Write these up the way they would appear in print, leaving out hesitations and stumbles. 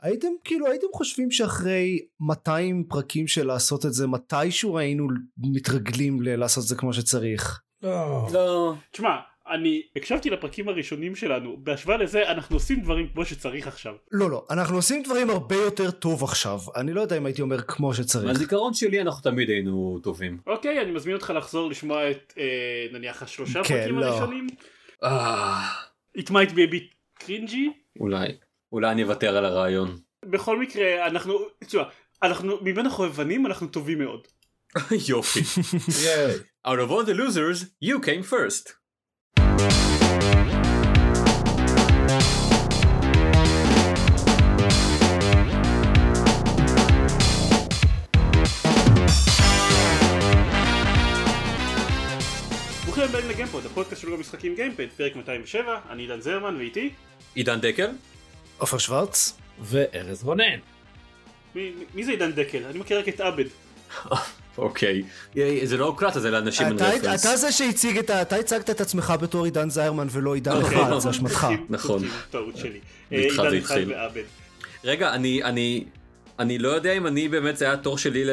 הייתם חושבים שאחרי 200 פרקים של לעשות את זה, מתישהו היינו מתרגלים לעשות את זה כמו שצריך? לא. תשמע, אני הקשבתי לפרקים הראשונים שלנו, בהשוואה לזה אנחנו עושים דברים כמו שצריך עכשיו. לא, אנחנו עושים דברים הרבה יותר טוב עכשיו, אני לא יודע אם הייתי אומר כמו שצריך. מהזיכרון שלי אנחנו תמיד היינו טובים. אוקיי, אני מזמין אותך לחזור לשמוע את נניח השלושה פרקים הראשונים. It might be a bit cringy. אולי אני אוותר על הרעיון. בכל מקרה, אנחנו מבין החובבנים אנחנו טובים מאוד. יופי. Out of all the losers, you came first. ברוכים הבאים לגיימפוד, הפודקאסט של המשחקים גיימפד, פרק 207, אני עידן זרמן ואיתי עידן דקל, עופר שוורץ וארז רונן. מי זה עידן דקל? אני מכיר רק את עבד. אוקיי, זה לא הוקלט, זה לאנשים אין רפרנס. אתה זה שהציג אתה הצגת את עצמך בתור עידן זיירמן ולא עידן אחד, זה אשמתך. נכון. טעות שלי. עידן אחד ועבד. רגע, אני לא יודע אם אני באמת, זה היה תור שלי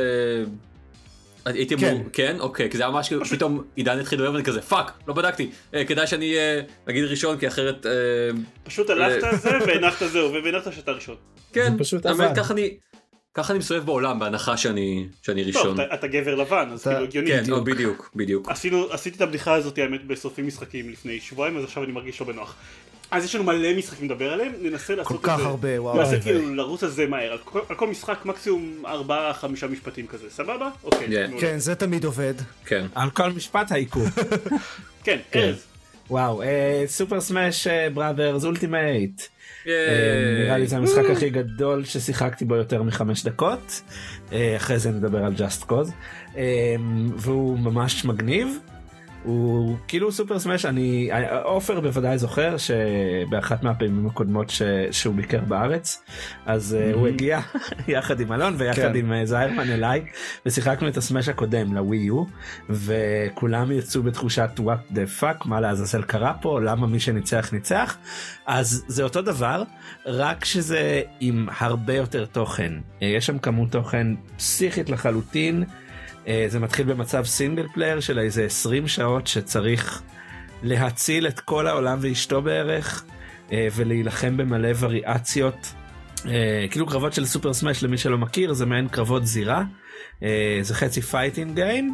הייתי אמור, כן? אוקיי, כי זה היה ממש פתאום עידן התחיל לדבר ואני כזה, פאק, לא בדקתי, כדאי שאני אגיד ראשון, כי אחרת פשוט הלכת על זה והנחת זהו, והנחת שאתה ראשון. כן, האמת ככה אני מסובב בעולם, בהנחה שאני ראשון. טוב, אתה גבר לבן, אז כאילו הגיוני. כן, בדיוק. עשיתי את הבדיחה הזאת, האמת, בסופים משחקים לפני שבועיים, אז עכשיו אני מרגיש לא בנוח. אז יש לנו מלא משחקים לדבר עליהם, ננסה לעשות את זה. כל כך הרבה, וואו. ננסה כאילו לרוץ על זה מהר, על כל משחק מקסימום 4-5 משפטים כזה, סבבה? אוקיי. כן, זה תמיד עובד. כן. על כל משפט העיקוב. כן, ארז. וואו, סופר סמאש בראדרס אולטימייט. נראה לי זה המשחק הכי גדול ששיחקתי בו יותר מ5 דקות. אחרי זה נדבר על Just Cause. והוא ממש מגניב. הוא כאילו סופר סמאש, עופר בוודאי זוכר שבאחת מהפעמים הקודמות שהוא ביקר בארץ, אז הוא הגיע יחד עם אלון ויחד עם זיירמן אליי, ושיחקנו את הסמאש הקודם לווי יו, וכולם יצאו בתחושת what the fuck, מה לעזאזל קרה פה, למה מי שניצח ניצח. אז זה אותו דבר, רק שזה עם הרבה יותר תוכן. יש שם כמות תוכן פסיכית לחלוטין. זה מתחיל במצב סינגל פלייר של איזה 20 שעות שצריך להציל את כל העולם ואשתו בערך, ולהילחם במלא וריאציות, כאילו קרבות של סופר סמאש למי שלא מכיר, זה מעין קרבות זירה, זה חצי פייטינג גיים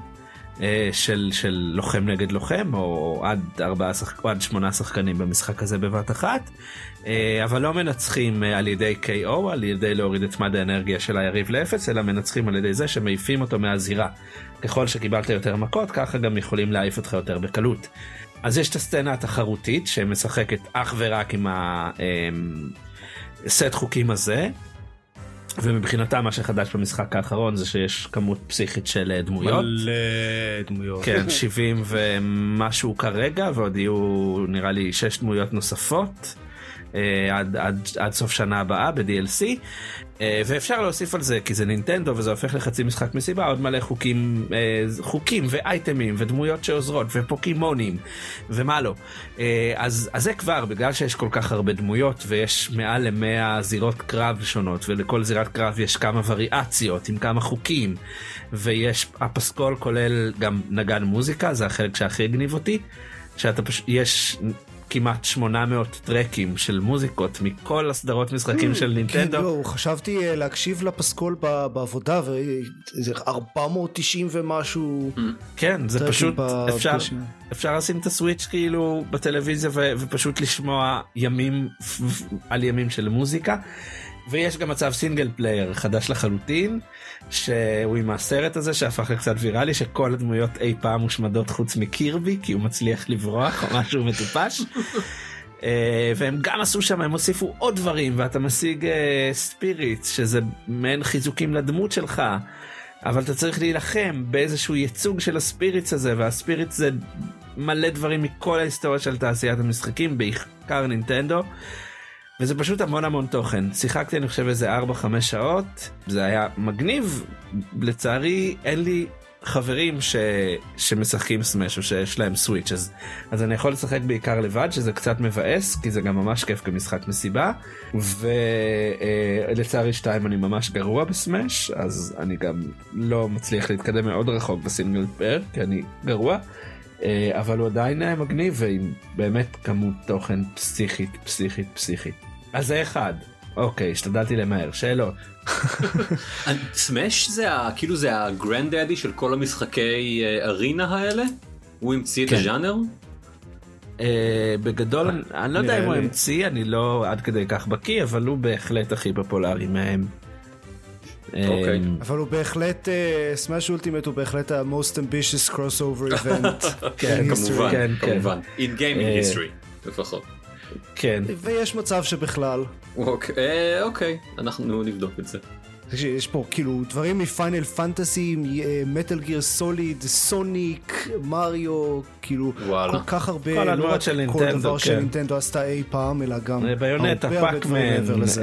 של לוחם נגד לוחם, או עד 8 שחקנים במשחק הזה בבת אחת, אבל לא מנצחים על ידי KO, על ידי להוריד את מד האנרגיה של היריב לאפס, אלא מנצחים על ידי זה שמעיפים אותו מהזירה. ככל שקיבלת יותר מכות, ככה גם יכולים להעיף אותך יותר בקלות. אז יש את הסצנה התחרותית שמשחקת אך ורק עם הסט חוקים הזה, ומבחינתה מה שחדש במשחק האחרון זה שיש כמות פסיכית של דמויות. מלא דמויות. כן, 70 ומשהו כרגע, ועוד יהיו נראה לי 6 דמויות נוספות עד סוף שנה הבאה ב-DLC, ואפשר להוסיף על זה כי זה נינטנדו וזה הופך לחצי משחק מסיבה, עוד מלא חוקים ואייטמים ודמויות שעוזרות ופוקימונים ומה לא. אז זה כבר, בגלל שיש כל כך הרבה דמויות ויש מעל ל100 זירות קרב שונות, ולכל זירת קרב יש כמה וריאציות עם כמה חוקים, ויש הפסקול כולל גם נגן מוזיקה, זה החלק שהכי הגניב אותי, יש כמעט 800 טרקים של מוזיקות מכל הסדרות משחקים של נינטנדו. כאילו, חשבתי להקשיב לפסקול בעבודה, וזה 490 ומשהו. כן, זה פשוט, אפשר לשים את הסוויץ' כאילו בטלוויזיה ופשוט לשמוע ימים על ימים של מוזיקה. ויש גם מצב סינגל פלייר חדש לחלוטין, שהוא עם הסרט הזה שהפך לקצת ויראלי, שכל הדמויות אי פעם מושמדות חוץ מקירבי, כי הוא מצליח לברוח או משהו מטופש. והם גם עשו שם, הם הוסיפו עוד דברים, ואתה משיג ספיריט, שזה מעין חיזוקים לדמות שלך, אבל אתה צריך להילחם באיזשהו ייצוג של הספיריט הזה, והספיריט זה מלא דברים מכל ההיסטוריה של תעשיית המשחקים, בעיקר נינטנדו. וזה פשוט המון תוכן. שיחקתי אני חושב איזה 4-5 שעות, זה היה מגניב. לצערי אין לי חברים שמשחקים סמש או שיש להם סוויץ', אז אני יכול לשחק בעיקר לבד, שזה קצת מבאס, כי זה גם ממש כיף כמשחק מסיבה, ולצערי 2 אני ממש גרוע בסמש, אז אני גם לא מצליח להתקדם מאוד רחוק בסינגל פלייר, כי אני גרוע, אבל הוא עדיין מגניב, ועם באמת כמות תוכן פסיכית. אז זה אחד. אוקיי, השתדלתי למהר. שאלות. סמש זה כאילו זה הגרנד דאדי של כל המשחקי ארינה האלה? הוא המציא את הז'אנר? בגדול, אני לא יודע אם הוא המציא, אני לא עד כדי כך בקיא, אבל הוא בהחלט הכי פופולרי מהם. אבל הוא בהחלט, סמאש אולטימט הוא בהחלט ה-most ambitious crossover event. כן, כמובן. In gaming history, לפחות. כן. ויש מצב שבכלל. אוקיי, אנחנו נבדוק את זה. יש פה כאילו דברים מפיינל פנטסי, מטל גיר סוליד, סוניק, מריו, כאילו כל כך הרבה, כל הדמות של נינטנדו, כל דבר שנינטנדו עשתה אי פעם, אלא גם ביונטה, פאקמן,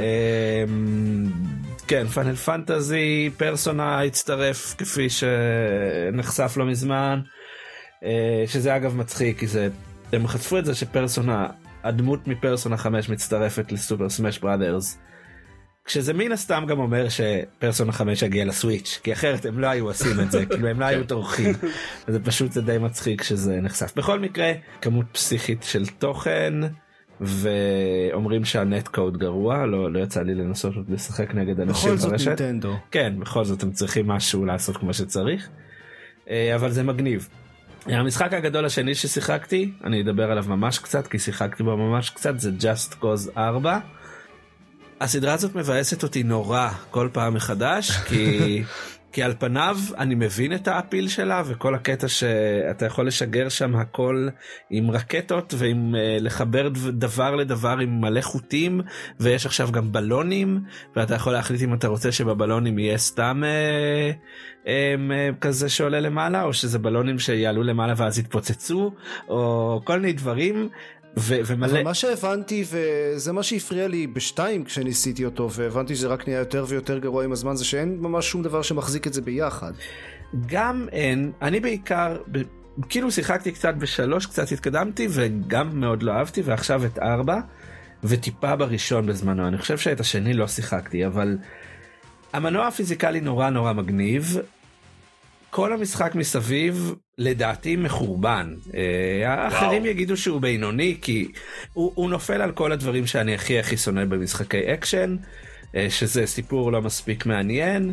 כן, פיינל פנטסי, פרסונה הצטרף כפי שנחשף לא מזמן, שזה אגב מצחיק, כי הם חשפו את זה שפרסונה, הדמות מפרסונה 5 מצטרפת לסופר סמאש בראדרס, כשזה מן הסתם גם אומר שפרסונה 5 יגיע לסוויץ', כי אחרת הם לא היו עושים את זה, כאילו הם לא היו תורכים, אז זה די מצחיק שזה נחשף. בכל מקרה, כמות פסיכית של תוכן, ואומרים שהנט קוד גרוע, לא יצא לי לנסות לשחק נגד אנשים ברשת. בכל זאת נינטנדו. כן, בכל זאת הם צריכים משהו לעשות כמו שצריך, אבל זה מגניב. המשחק הגדול השני ששיחקתי, אני אדבר עליו ממש קצת, כי שיחקתי בו ממש קצת, זה Just Cause 4. הסדרה הזאת מבאסת אותי נורא כל פעם מחדש, כי על פניו אני מבין את האפיל שלה, וכל הקטע שאתה יכול לשגר שם הכל עם רקטות, ועם לחבר דבר לדבר עם מלא חוטים, ויש עכשיו גם בלונים, ואתה יכול להחליט אם אתה רוצה שבבלונים יהיה סתם כזה שעולה למעלה, או שזה בלונים שיעלו למעלה ואז יתפוצצו, או כל מיני דברים. אבל מה שהבנתי, וזה מה שהפריע לי בשתיים כשניסיתי אותו, והבנתי שזה רק נהיה יותר ויותר גרוע עם הזמן, זה שאין ממש שום דבר שמחזיק את זה ביחד. גם אין, אני בעיקר, כאילו שיחקתי קצת ב3, קצת התקדמתי, וגם מאוד לא אהבתי, ועכשיו את 4, וטיפה בראשון בזמנו. אני חושב שאת השני לא שיחקתי, אבל המנוע הפיזיקלי נורא נורא מגניב, כל המשחק מסביב לדעתי מחורבן. האחרים יגידו שהוא בינוני, כי הוא נופל על כל הדברים שאני הכי שונא במשחקי אקשן, שזה סיפור לא מספיק מעניין,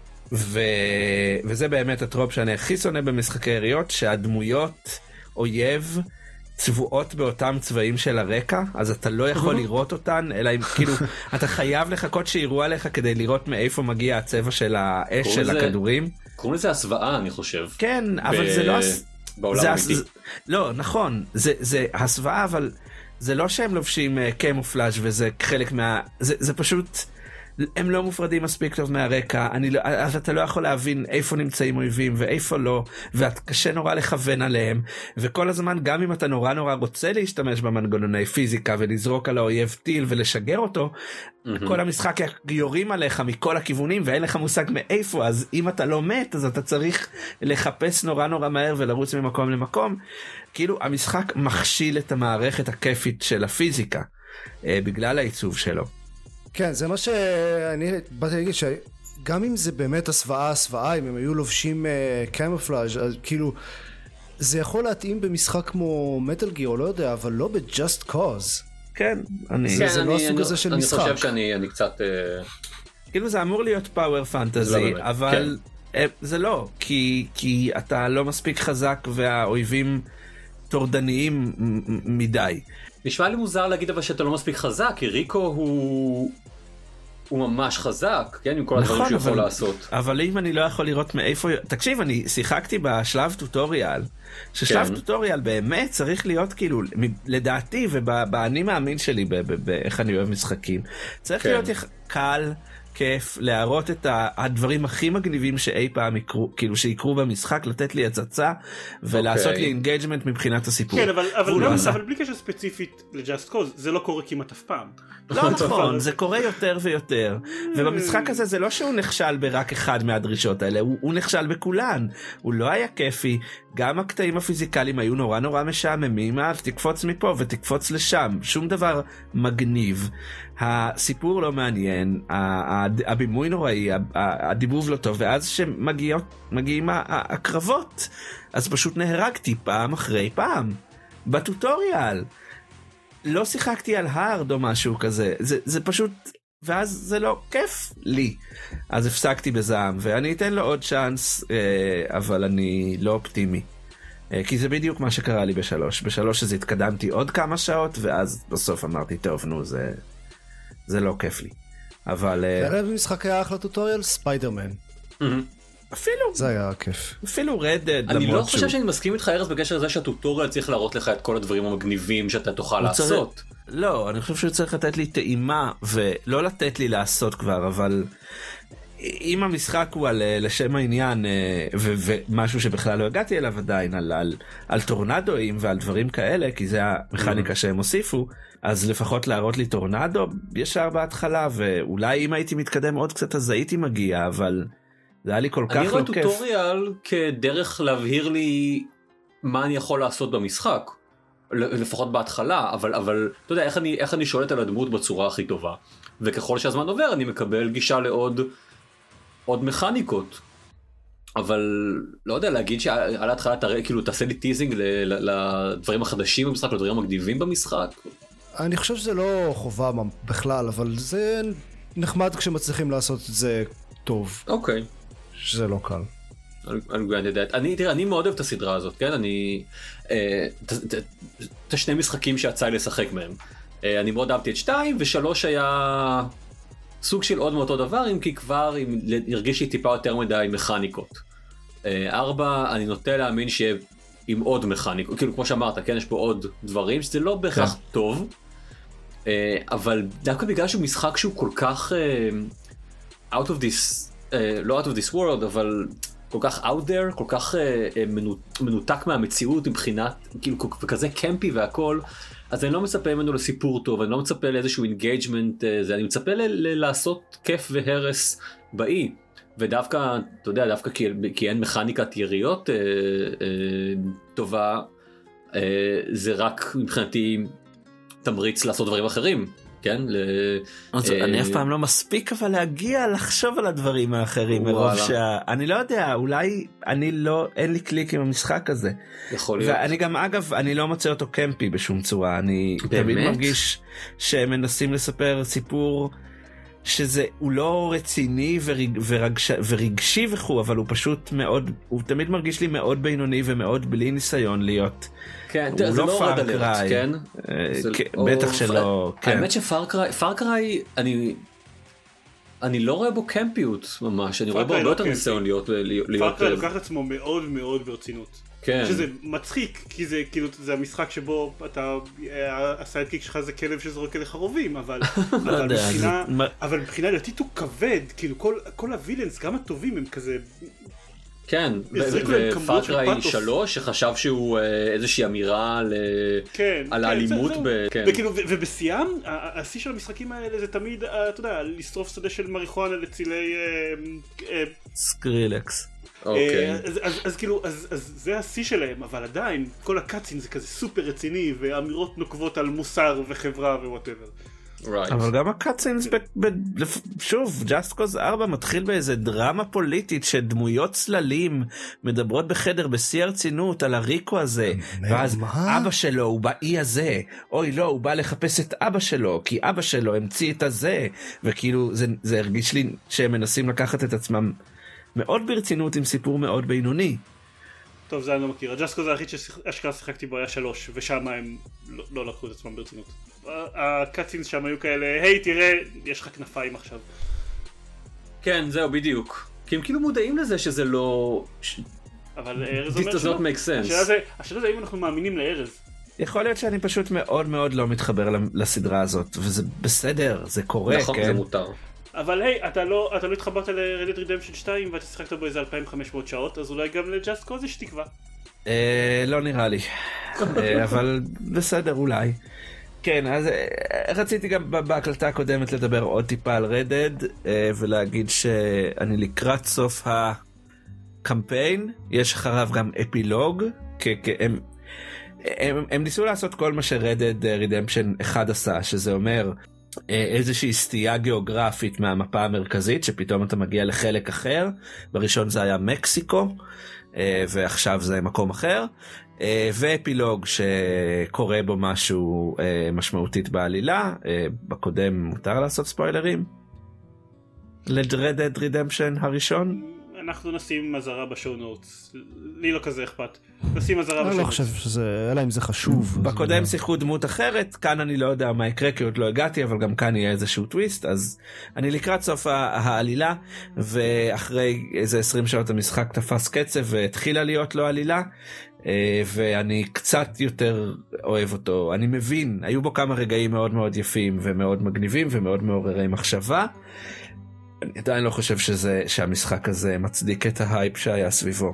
וזה באמת הטרופ שאני הכי שונא במשחקי יריות, שהדמויות אויב צבועות באותם צבעים של הרקע, אז אתה לא יכול לראות אותן, אלא אם כאילו אתה חייב לחכות שיראו עליך כדי לראות מאיפה מגיע הצבע של האש של הכדורים. קוראים לזה הסוואה, אני חושב. כן, אבל זה לא... בעולם האמיתי. לא, נכון, זה הסוואה, אבל זה לא שהם לובשים קמופלאז' וזה חלק מה... זה פשוט... הם לא מופרדים מספיק טוב מהרקע, אז אתה לא יכול להבין איפה נמצאים אויבים ואיפה לא, וקשה נורא לכוון עליהם, וכל הזמן גם אם אתה נורא רוצה להשתמש במנגנוני פיזיקה ולזרוק על האויב טיל ולשגר אותו, כל המשחק יורים עליך מכל הכיוונים ואין לך מושג מאיפה, אז אם אתה לא מת אז אתה צריך לחפש נורא מהר ולרוץ ממקום למקום. כאילו המשחק מכשיל את המערכת הכיפית של הפיזיקה בגלל העיצוב שלו. כן, זה מה שאני באתי להגיד, שגם אם זה באמת הסוואה, אם הם היו לובשים קמופלאז', אז כאילו, זה יכול להתאים במשחק כמו מטל גיר, לא יודע, אבל לא ב-Just Cause. כן, זה לא הסוג הזה של משחק. אני חושב שאני קצת... כאילו זה אמור להיות פאוור פנטזי, אבל זה לא, כי אתה לא מספיק חזק והאויבים טורדניים מדי. נשמע לי מוזר להגיד אבל שאתה לא מספיק חזק, כי ריקו הוא ממש חזק, כן, עם כל הדברים שהוא יכול לעשות. אבל אם אני לא יכול לראות מאיפה... תקשיב, אני שיחקתי בשלב טוטוריאל, ששלב טוטוריאל באמת צריך להיות כאילו, לדעתי ובאני מאמין שלי, באיך אני אוהב משחקים, צריך להיות קל, כיף להראות את הדברים הכי מגניבים שאי פעם יקרו, כאילו שיקרו במשחק, לתת לי הצצה ולעשות לי אינגייג'מנט מבחינת הסיפור. כן, אבל בלי קשר ספציפית ל-Just Cause, זה לא קורה כמעט אף פעם. לא נכון, זה קורה יותר ויותר, ובמשחק הזה זה לא שהוא נכשל ברק אחד מהדרישות האלה, הוא נכשל בכולן, הוא לא היה כיפי, גם הקטעים הפיזיקליים היו נורא נורא משעממים, תקפוץ מפה ותקפוץ לשם, שום דבר מגניב, הסיפור לא מעניין, הבימוי נוראי, הדיבוב לא טוב, ואז שמגיעים הקרבות, אז פשוט נהרגתי פעם אחרי פעם, בטוטוריאל. לא שיחקתי על הארד או משהו כזה, זה פשוט, ואז זה לא כיף לי. אז הפסקתי בזעם, ואני אתן לו עוד צ'אנס, אבל אני לא אופטימי. כי זה בדיוק מה שקרה לי בשלוש אז התקדמתי עוד כמה שעות, ואז בסוף אמרתי, טוב, נו, זה לא כיף לי. אבל... במשחק היה אחלה טוטוריאל, ספיידרמן. אפילו זה היה כיף. אפילו רדד. אני לא חושב שאני מסכים איתך ארז בקשר לזה שהטוטוריאל צריך להראות לך את כל הדברים המגניבים שאתה תוכל לעשות. לא, אני חושב שהוא צריך לתת לי טעימה ולא לתת לי לעשות כבר, אבל אם המשחק הוא לשם העניין ומשהו שבכלל לא הגעתי אליו עדיין על טורנדואים ועל דברים כאלה, כי זה המכניקה שהם הוסיפו, אז לפחות להראות לי טורנדו ישר בהתחלה, ואולי אם הייתי מתקדם עוד קצת אז הייתי מגיע, אבל זה היה לי כל כך לא כיף. אני רואה טוטוריאל כדרך להבהיר לי מה אני יכול לעשות במשחק, לפחות בהתחלה, אבל אתה יודע איך אני שולט על הדמות בצורה הכי טובה, וככל שהזמן עובר אני מקבל גישה לעוד מכניקות, אבל לא יודע, להגיד שעל ההתחלה כאילו תעשה לי טיזינג לדברים החדשים במשחק, לדברים המגניבים במשחק. אני חושב שזה לא חובה בכלל, אבל זה נחמד כשמצליחים לעשות את זה טוב. אוקיי. שזה לא קל. אני מאוד אוהב את הסדרה הזאת, כן? את השני משחקים שיצא לי לשחק מהם. אני מאוד אהבתי את 2, ו3 היה סוג של עוד מאותו דבר, אם כי כבר הרגיש לי טיפה יותר מדי מכניקות. 4, אני נוטה להאמין שיהיה עם עוד מכניקות, כאילו כמו שאמרת, כן? יש פה עוד דברים, שזה לא בהכרח טוב, אבל דווקא בגלל שהוא משחק שהוא כל כך out of this, לא out of this world, אבל כל כך out there, כל כך מנותק מהמציאות מבחינת, כאילו, וכזה קמפי והכל, אז אני לא מצפה ממנו לסיפור טוב, אני לא מצפה לאיזשהו אינגייג'מנט, אני מצפה לעשות כיף והרס באי, ודווקא, אתה יודע, דווקא כי אין מכניקת יריות טובה, זה רק מבחינתי תמריץ לעשות דברים אחרים. כן? אני אף פעם לא מספיק אבל להגיע לחשוב על הדברים האחרים מרוב אני לא יודע, אולי אין לי קליק עם המשחק הזה. יכול להיות. ואני גם אגב, אני לא מוצא אותו קמפי בשום צורה, אני תמיד מרגיש שהם מנסים לספר סיפור שזה הוא לא רציני ורגשי וכו', אבל הוא פשוט מאוד, הוא תמיד מרגיש לי מאוד בינוני ומאוד בלי ניסיון להיות. כן, זה לא רד אלרט, כן? בטח שלא. האמת שפארקריי, אני לא רואה בו קמפיות ממש, אני רואה בו הרבה יותר ניסיון להיות... פארקריי לוקח את עצמו מאוד מאוד ברצינות. שזה מצחיק, כי זה כאילו זה המשחק שבו אתה הסיידקיק שלך זה כלב שזורק אליך רובים, אבל מבחינה דתית הוא כבד, כאילו כל הווילנס גם הטובים הם כזה. כן, ופארקריי 3 שחשב שהוא איזושהי אמירה על האלימות, ובשיאם השיא של המשחקים האלה זה תמיד, אתה יודע, לשרוף שדה של מריחואנה לצילי סקרילקס. אז כאילו, אז זה השיא שלהם, אבל עדיין כל הקאצין זה כזה סופר רציני ואמירות נוקבות על מוסר וחברה ווואטאבר. אבל גם הקאצינס, שוב, Just Cause 4 מתחיל באיזה דרמה פוליטית שדמויות צללים מדברות בחדר בשיא הרצינות על הריקו הזה, ואז אבא שלו הוא באי הזה, אוי לא, הוא בא לחפש את אבא שלו כי אבא שלו המציא את הזה, וכאילו זה הרגיש לי שהם מנסים לקחת את עצמם מאוד ברצינות עם סיפור מאוד בינוני. טוב, זה אני לא מכיר. הג'אסט קוז היחיד שאשכרה שיחקתי בו היה 3, ושם הם לא לקחו את עצמם ברצינות. הקאצינס שם היו כאלה, היי תראה, יש לך כנפיים עכשיו. כן, זהו, בדיוק. כי הם כאילו מודעים לזה שזה לא... אבל ארז אומר שלא. השאלה זה האם אנחנו מאמינים לארז. יכול להיות שאני פשוט מאוד מאוד לא מתחבר לסדרה הזאת, וזה בסדר, זה קורה, נכון, כן? זה מותר. אבל היי, אתה לא התחברת ל-Red Dead Redemption 2 ואתה שיחקת בו איזה 2,500 שעות, אז אולי גם ל-Just Cause יש תקווה. לא נראה לי, אבל בסדר אולי. כן, אז רציתי גם בהקלטה הקודמת לדבר עוד טיפה על Red Dead ולהגיד שאני לקראת סוף הקמפיין, יש אחריו גם אפילוג, הם ניסו לעשות כל מה ש-Red Dead Redemption 1 עשה, שזה אומר איזושהי סטייה גיאוגרפית מהמפה המרכזית, שפתאום אתה מגיע לחלק אחר, בראשון זה היה מקסיקו, ועכשיו זה מקום אחר, ואפילוג שקורה בו משהו משמעותית בעלילה. בקודם מותר לעשות ספוילרים? ל-Red Dead Redemption הראשון? אנחנו נשים מזרה בשואו נוטס, לי לא כזה אכפת, נשים מזרה בשואו נוטס. אני לא חושב שזה, אלא אם זה חשוב. בקודם שיחקו דמות אחרת, כאן אני לא יודע מה יקרה כי עוד לא הגעתי, אבל גם כאן יהיה איזשהו טוויסט, אז אני לקראת סוף העלילה, ואחרי איזה 20 שעות המשחק תפס קצב והתחילה להיות לו עלילה, ואני קצת יותר אוהב אותו. אני מבין, היו בו כמה רגעים מאוד מאוד יפים ומאוד מגניבים ומאוד מעוררי מחשבה. אני עדיין לא חושב שהמשחק הזה מצדיק את ההייפ שהיה סביבו,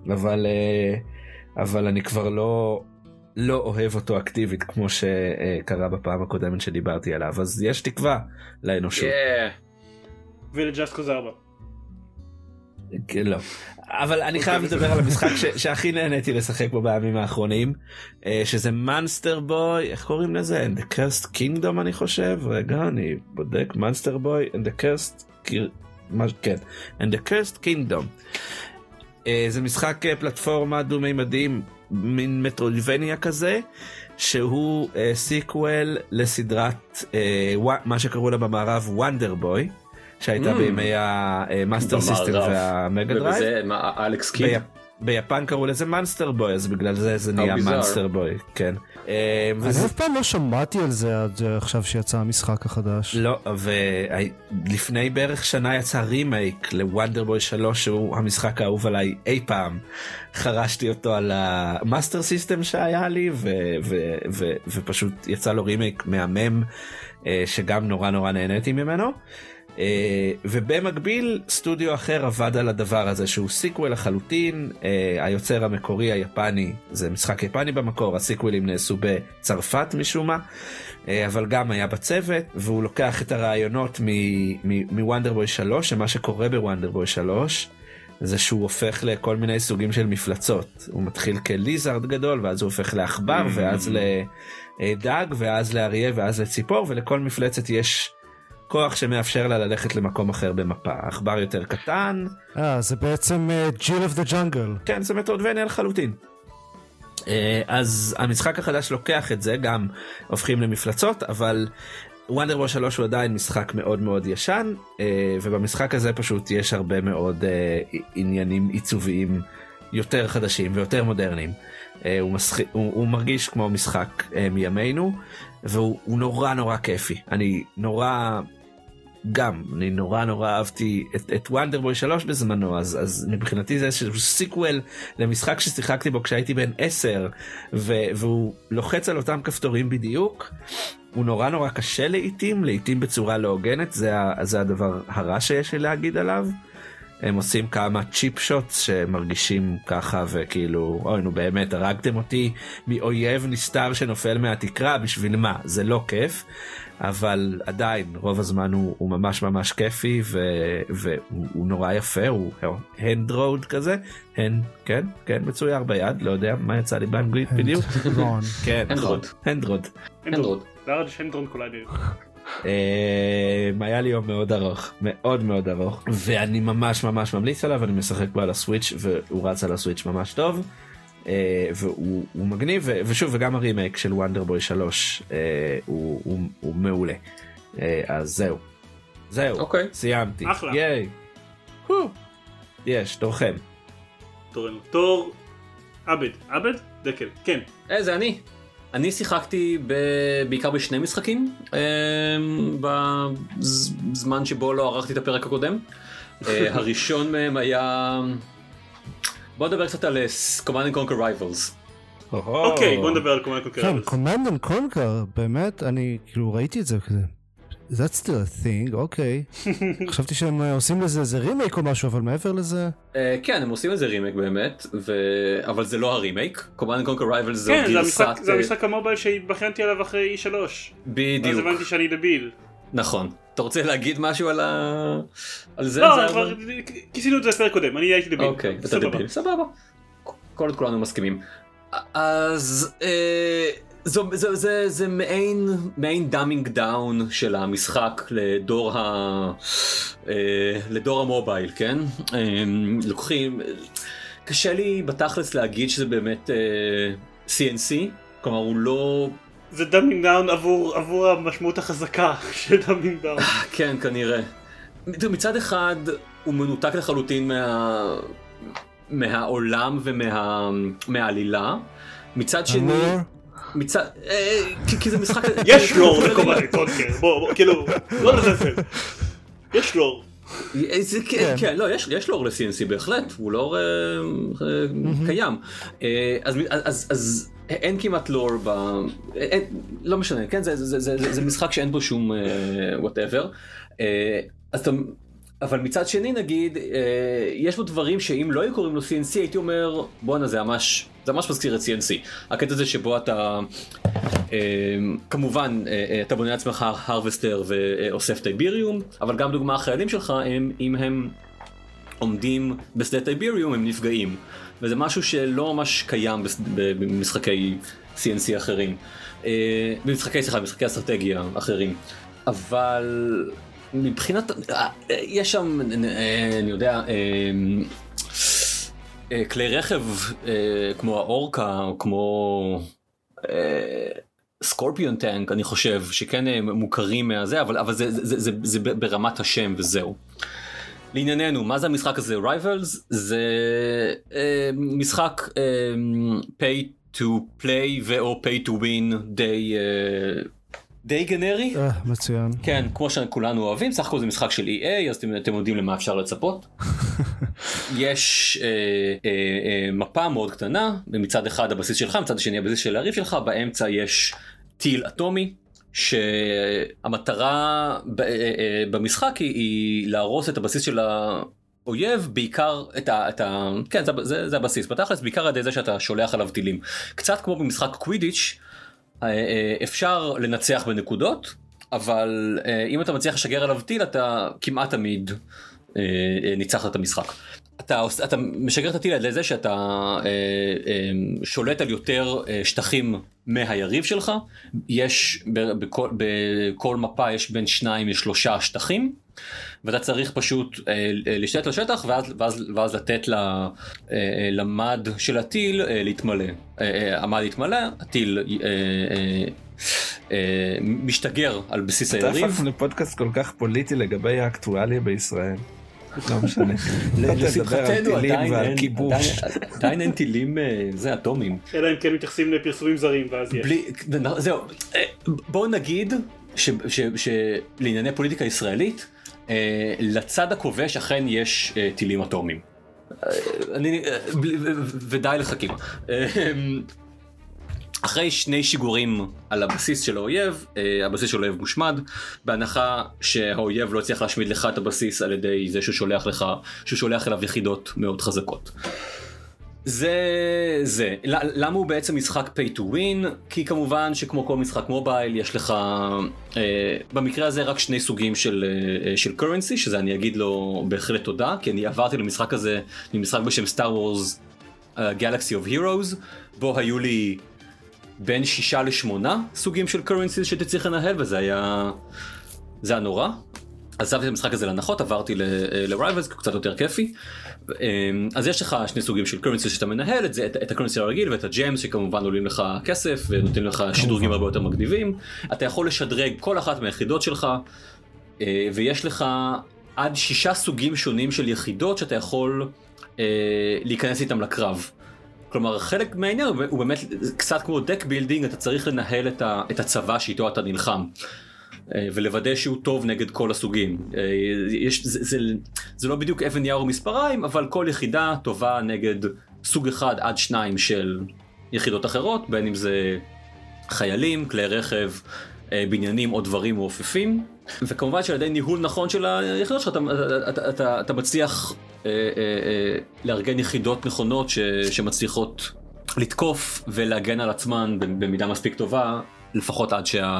אבל אני כבר לא אוהב אותו אקטיבית כמו שקרה בפעם הקודמת שדיברתי עליו, אז יש תקווה לאנושות. ול-Just Cause 4. לא, אבל אני חייב לדבר על המשחק שהכי נהניתי לשחק בו בימים האחרונים, שזה Monster Boy, איך קוראים לזה? And the Cursed Kingdom אני חושב, רגע אני בודק, Monster Boy and the Cursed כן, and the Cursed Kingdom. זה משחק פלטפורמה דו-מימדים, מין מטרולבניה כזה, שהוא סיקוול לסדרת מה שקראו לה במערב Wonder Boy, שהייתה בימי המאסטר סיסטם והמגה דרייב. ובזה אלכס קיד? ביפן קראו לזה מאנסטר בוי, אז בגלל זה נהיה מאנסטר בוי, כן. אני אף פעם לא שמעתי על זה עד עכשיו שיצא המשחק החדש. לא, ולפני בערך שנה יצא רימייק לוונדר בוי 3, שהוא המשחק האהוב עליי אי פעם. חרשתי אותו על המאסטר סיסטם שהיה לי, ופשוט יצא לו רימייק מהמם, שגם נורא נורא נהניתי ממנו. ובמקביל סטודיו אחר עבד על הדבר הזה שהוא סיקוול לחלוטין. היוצר המקורי היפני, זה משחק יפני במקור, הסיקוולים נעשו בצרפת משום מה, אבל גם היה בצוות, והוא לוקח את הרעיונות מוונדר בוי 3, שמה שקורה בוונדר בוי 3 זה שהוא הופך לכל מיני סוגים של מפלצות. הוא מתחיל כליזארד גדול, ואז הוא הופך לאחבר, ואז לדג, ואז לאריה, ואז לציפור, ולכל מפלצת יש כוח שמאפשר לה ללכת למקום אחר במפה. אכבר יותר קטן. זה בעצם Jill of the Jungle. כן, זה מטרולבניה לחלוטין. אז המשחק החדש לוקח את זה, גם הופכים למפלצות, אבל וונדר בוי 3 הוא עדיין משחק מאוד מאוד ישן, ובמשחק הזה פשוט יש הרבה מאוד עניינים עיצוביים יותר חדשים ויותר מודרניים. הוא מרגיש כמו משחק מימינו, והוא נורא נורא כיפי. אני נורא אהבתי את וונדר בוי 3 בזמנו, אז מבחינתי זה איזשהו סיקוול למשחק ששיחקתי בו כשהייתי בן 10, והוא לוחץ על אותם כפתורים בדיוק. הוא נורא נורא קשה לעתים בצורה לא הוגנת, זה הדבר הרע שיש לי להגיד עליו. הם עושים כמה צ'יפ שוטס שמרגישים ככה, וכאילו, אוי נו באמת, הרגתם אותי מאויב נסתר שנופל מהתקרה, בשביל מה? זה לא כיף, אבל עדיין רוב הזמן הוא ממש ממש כיפי, והוא נורא יפה, הוא הנדרוד כזה, כן, מצויר ביד, לא יודע מה יצא לי באנגלית בדיוק. כן, הנדרוד. לארג' הנדרון קוליידר. היה לי יום מאוד ארוך, מאוד מאוד ארוך, ואני ממש ממש ממליץ עליו. אני משחק בו על הסוויץ' והוא רץ על הסוויץ' ממש טוב, והוא מגניב, ושוב, וגם הרימייק של וונדר בוי 3 הוא מעולה. אז זהו, סיימתי. אחלה. ייי. יש, תורכם. תור עבד? דקל, כן. זה אני שיחקתי בעיקר בשני משחקים בזמן שבו לא ערכתי את הפרק הקודם. הראשון מהם היה, בוא נדבר קצת על Command & Conquer Rivals. אוקיי, בוא נדבר על Command & Conquer Rivals. כן, Command & Conquer, באמת, אני כאילו ראיתי את זה כזה. That's still a thing, אוקיי. חשבתי שהם עושים לזה איזה רימייק או משהו, אבל מעבר לזה... כן, הם עושים איזה רימייק באמת, אבל זה לא הרימייק. Command & Conquer Rivals זו כן, גרסת... זה המשחק המובייל שהתבחנתי עליו אחרי E3. בדיוק. אז הבנתי שאני דביל. נכון. אתה רוצה להגיד משהו על זה? לא, כבר כיסינו את זה לפרק קודם, אני הייתי דביל. אוקיי, אתה דביל, סבבה. כל עוד כולנו מסכימים. אז זה מעין דאמינג דאון של המשחק לדור המובייל, כן? לוקחים, קשה לי בתכלס להגיד שזה באמת CNC, כלומר הוא לא... זה דאמינג דאון עבור המשמעות החזקה של דאמינג דאון. כן, כנראה. מצד אחד הוא מנותק לחלוטין מהעולם ומהעלילה, מצד שני... כי זה משחק... יש לור לקומנד קונקר, בוא, כאילו, לא לזלזל. יש לור. כן, לא, יש לור ל-CNC בהחלט, הוא לור קיים. אז אין כמעט לור לא משנה, כן, זה משחק שאין בו שום whatever. אבל מצד שני נגיד, יש בו דברים שאם לא היו קוראים לו CNC, הייתי אומר, בואנה זה ממש מזכיר את CNC. הקטע הזה שבו אתה, כמובן, אתה בונה לעצמך הרווסטר ואוסף טייביריום, אבל גם דוגמה החיילים שלך, אם הם עומדים בשדה טייביריום, הם נפגעים. וזה משהו שלא ממש קיים במשחקי CNC אחרים. במשחקי אסטרטגיה אחרים. אבל... מבחינת, יש שם, אני יודע, כלי רכב כמו האורקה, או כמו סקורפיון טנק, אני חושב, שכן מוכרים מהזה, אבל זה ברמת השם וזהו. לענייננו, מה זה המשחק הזה? Rivals זה משחק pay to play ו/או pay to win די גנרי. מצוין. כן, כמו שכולנו אוהבים, סך הכל זה משחק של EA, אז אתם יודעים למה אפשר לצפות. יש מפה מאוד קטנה, מצד אחד הבסיס שלך, מצד השני הבסיס של הריב שלך, באמצע יש טיל אטומי, שהמטרה במשחק היא להרוס את הבסיס של האויב, בעיקר כן, זה הבסיס, בתכלס, בעיקר עד זה שאתה שולח עליו טילים. קצת כמו במשחק קווידיץ', אפשר לנצח בנקודות, אבל אם אתה מצליח לשגר עליו טיל, אתה כמעט תמיד ניצחת את המשחק. אתה משגר את הטיל עד לזה שאתה שולט על יותר שטחים מהיריב שלך. יש בכל מפה יש בין 2 ל3 שטחים, ואתה צריך פשוט לשתת לשטח ואז לתת למד של הטיל להתמלא. המד להתמלא, הטיל משתגר על בסיס היריב. אתה הפכנו לפודקאסט כל כך פוליטי לגבי האקטואליה בישראל. לא משנה. לשמחתנו עדיין אין טילים, זה אטומים. אלא אם כן מתייחסים לפרסומים זרים ואז יש. זהו, בואו נגיד שלענייני פוליטיקה ישראלית, לצד הכובש אכן יש טילים אטומיים. ודי לחכים. אחרי 2 שיגורים על הבסיס של האויב, הבסיס של האויב מושמד, בהנחה שהאויב לא הצליח להשמיד לך את הבסיס על ידי זה שהוא שולח אליו יחידות מאוד חזקות. זה. למה הוא בעצם משחק pay to win? כי כמובן שכמו כל משחק מובייל יש לך במקרה הזה רק 2 סוגים של currency, שזה אני אגיד לו בהחלט תודה, כי אני עברתי למשחק הזה ממשחק בשם Star Wars Galaxy of Heroes, בו היו לי בין 6 ל8 סוגים של currencies שאתה צריך לנהל, וזה היה נורא. עזבתי את המשחק הזה לנחות, עברתי ל-Rivals, קצת יותר כיפי. אז יש לך 2 סוגים של currencies שאתה מנהל, את ה-currency הרגיל ואת ה-gems שכמובן עולים לך כסף ונותנים לך שדרוגים הרבה יותר מגניבים. אתה יכול לשדרג כל אחת מהיחידות שלך, ויש לך עד 6 סוגים שונים של יחידות שאתה יכול להיכנס איתם לקרב. כלומר, חלק מהעניין הוא באמת קצת כמו deck building, אתה צריך לנהל את הצבא שאיתו אתה נלחם. ולוודא שהוא טוב נגד כל הסוגים. זה לא בדיוק אבן יער ומספריים, אבל כל יחידה טובה נגד סוג 1 עד 2 של יחידות אחרות, בין אם זה חיילים, כלי רכב, בניינים או דברים מעופפים. וכמובן שעל ידי ניהול נכון של היחידות שלך, אתה מצליח לארגן יחידות נכונות שמצליחות לתקוף ולהגן על עצמן במידה מספיק טובה, לפחות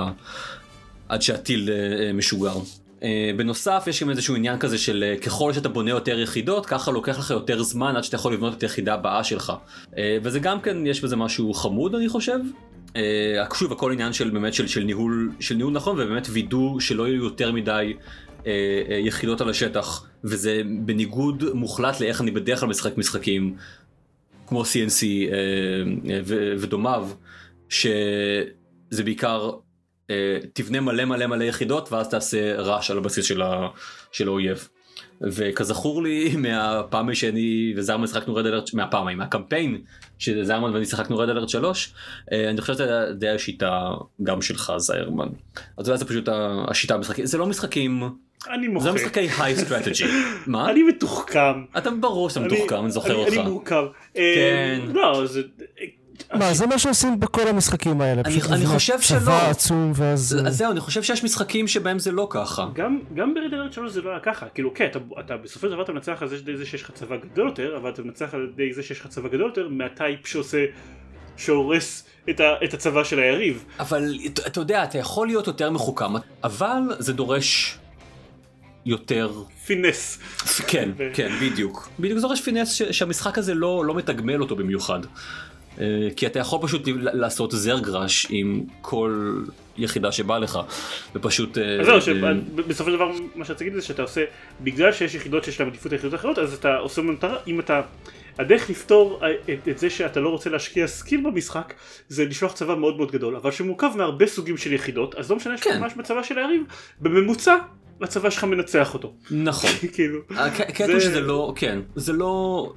עד שהטיל משוגר. בנוסף יש גם איזשהו עניין כזה של ככל שאתה בונה יותר יחידות, ככה לוקח לך יותר זמן עד שאתה יכול לבנות את היחידה הבאה שלך. וזה גם כן, יש בזה משהו חמוד אני חושב. שוב, הכל עניין של באמת של ניהול נכון, ובאמת וידוא שלא יהיו יותר מדי יחידות על השטח, וזה בניגוד מוחלט לאיך אני בדרך כלל משחק משחקים כמו CNC ודומיו, שזה בעיקר תבנה מלא יחידות ואז תעשה רעש על הבסיס של האויב. וכזכור לי מהפעם שאני וזרמן שחקנו רד אלרט, מהקמפיין שזרמן ואני שחקנו רד אלרט 3, אני חושב שזה די השיטה גם שלך זיירמן. אז זה פשוט השיטה המשחקים, זה לא משחקים, זה משחקי היי סטרטג'י. מה? אני מתוחכם. אתה ברור שאתה מתוחכם, אני זוכר אותך. אני מורכב. כן. לא, זה... מה, זה מה שעושים בכל המשחקים האלה. אני חושב שלא. צבא עצום ואז... אז זהו, אני חושב שיש משחקים שבהם זה לא ככה. גם ברד אלרט 3 זה לא היה ככה. כאילו, כן, אתה בסופו של דבר אתה מנצח על זה שיש לך צבא גדול יותר, אבל אתה מנצח על זה שיש לך צבא גדול יותר מהטייפ שהורס את הצבא של היריב. אבל אתה יודע, אתה יכול להיות יותר מחוכם, אבל זה דורש יותר... פינס. כן, בדיוק. בדיוק זה דורש פינס שהמשחק הזה לא מתגמל אותו במיוחד. כי אתה יכול פשוט לעשות זרגרש עם כל יחידה שבא לך, ופשוט... אז זהו, שבסופו של דבר מה שאתה תגיד זה שאתה עושה, בגלל שיש יחידות שיש להם עדיפות ליחידות אחרות, אז אתה עושה מטרה, אם אתה... הדרך לפתור את זה שאתה לא רוצה להשקיע סקיל במשחק, זה לשלוח צבא מאוד מאוד גדול, אבל שמורכב מהרבה סוגים של יחידות, אז לא משנה שאתה ממש בצבא של היריב, בממוצע הצבא שלך מנצח אותו. נכון. כאילו... הקטע שזה לא, כן, זה לא...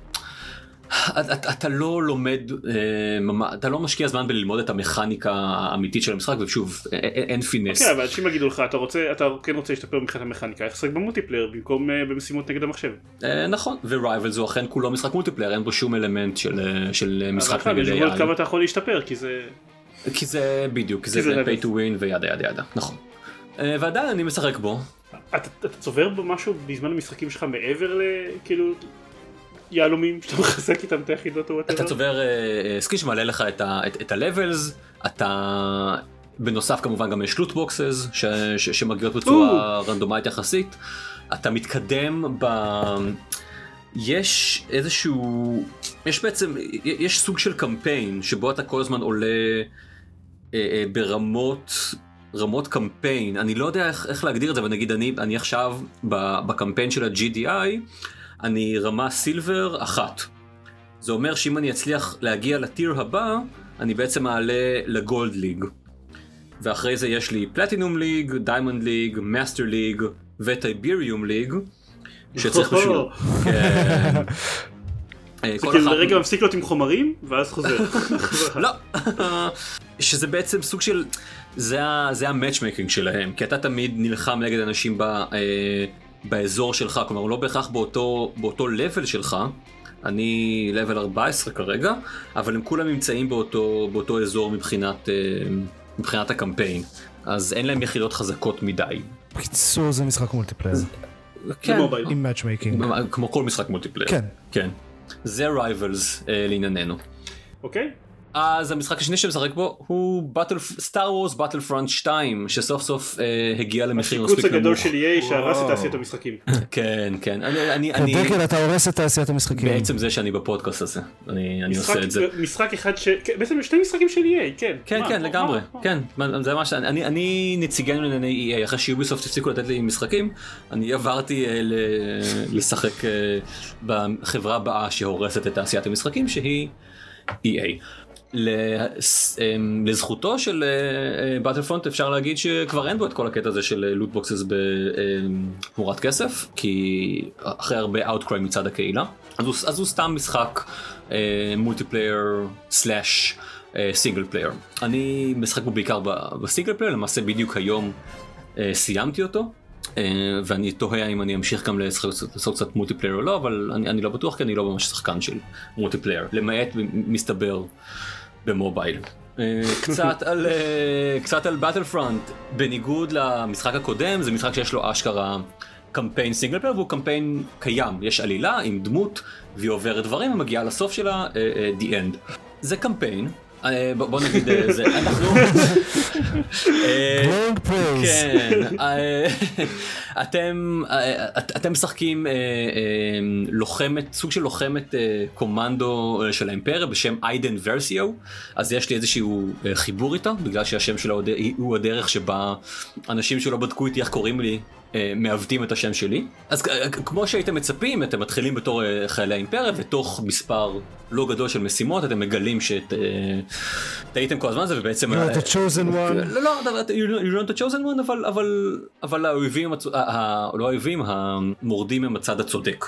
אתה לא לומד, אתה לא משקיע זמן בללמוד את המכניקה האמיתית של המשחק, ושוב, אין פינס. אוקיי, אבל אנשים יגידו לך, אתה כן רוצה להשתפר מבחינת המכניקה, איך לשחק במולטיפלייר במקום במשימות נגד המחשב. נכון, ורייבלס הוא אכן כולו משחק מולטיפלייר, אין בו שום אלמנט של משחק נגד AI. אבל כמה אתה יכול להשתפר, כי זה בדיוק, זה pay to win וידה ידה ידה, נכון. ועדיין אני משחק בו. אתה צובר בו משהו בזמן המשחקים שלך מעבר לכאילו... יעלומים שאתה מחזק איתם את היחידות או whatever? אתה צובר סקיל שמעלה לך את ה-levels, אתה בנוסף כמובן גם יש loot boxes שמגיעות בצורה רנדומלית יחסית, אתה מתקדם יש איזשהו, יש בעצם, יש סוג של קמפיין שבו אתה כל הזמן עולה ברמות קמפיין, אני לא יודע איך להגדיר את זה, אבל נגיד אני עכשיו בקמפיין של ה-GDI, אני רמה סילבר 1. זה אומר שאם אני אצליח להגיע לטיר הבא, אני בעצם מעלה לגולד ליג. ואחרי זה יש לי פלטינום ליג, דיימונד ליג, מאסטר ליג וטייבריום ליג. שצריך פשוט... זה כאילו לרגע מפסיק להיות עם חומרים, ואז חוזר. לא. שזה בעצם סוג של... זה המאצ'מייקינג שלהם. כי אתה תמיד נלחם נגד אנשים באזור שלך, כלומר הוא לא בהכרח באותו level שלך, אני level 14 כרגע, אבל הם כולם נמצאים באותו אזור מבחינת הקמפיין, אז אין להם יחידות חזקות מדי. בקיצור זה משחק מולטיפלייר. כן. עם מאצ'מייקינג. כמו כל משחק מולטיפלייר. כן. זה רייבלס לענייננו. אוקיי. אז המשחק השני שמשחק בו הוא סטאר וורס באטלפרונט 2 שסוף סוף הגיע למחיר מספיק נמוך. השיקוץ הגדול של EA שהרס את תעשיית המשחקים. כן. דקל, אתה הורס את תעשיית המשחקים. בעצם זה שאני בפודקאסט הזה, אני עושה את זה. משחק אחד בעצם שני משחקים של EA, כן. כן, לגמרי, כן. זה מה אני נציגנו לענייני EA, אחרי שיוביסופט הפסיקו לתת לי משחקים, אני עברתי לשחק בחברה הבאה שהורסת את תעשיית המשחקים שהיא EA. לזכותו של באטלפרונט אפשר להגיד שכבר אין בו את כל הקטע הזה של לוט בוקסס בתמורת כסף, כי אחרי הרבה אאוטקריי מצד הקהילה, אז הוא סתם משחק מולטיפלייר סלאש סינגל פלייר. אני משחק בו בעיקר בסינגל פלייר, למעשה בדיוק היום סיימתי אותו, ואני תוהה אם אני אמשיך גם לעשות קצת מולטיפלייר או לא, אבל אני לא בטוח כי אני לא ממש שחקן של מולטיפלייר, למעט מסתבר במובייל. קצת על Battlefront. בניגוד למשחק הקודם, זה משחק שיש לו אשכרה קמפיין סינגל פלייר, והוא קמפיין קיים. יש עלילה עם דמות, והיא עוברת דברים, ומגיעה לסוף שלה, the end. זה קמפיין. בוא נגיד זה, אנחנו... כן, אתם משחקים לוחמת, סוג של לוחמת קומנדו של האימפריה בשם איידן ורסיו, אז יש לי איזשהו חיבור איתה, בגלל שהשם שלה הוא הדרך שבה אנשים שלא בדקו איתי איך קוראים לי, מעבדים את השם שלי. אז כמו שהייתם מצפים, אתם מתחילים בתור חיילי האימפריה, ותוך מספר לא גדול של משימות, אתם מגלים שטעיתם כל הזמן הזה, ובעצם... You're not the chosen one. לא, you're not the chosen one, אבל האויבים, לא האויבים, המורדים הם הצד הצודק.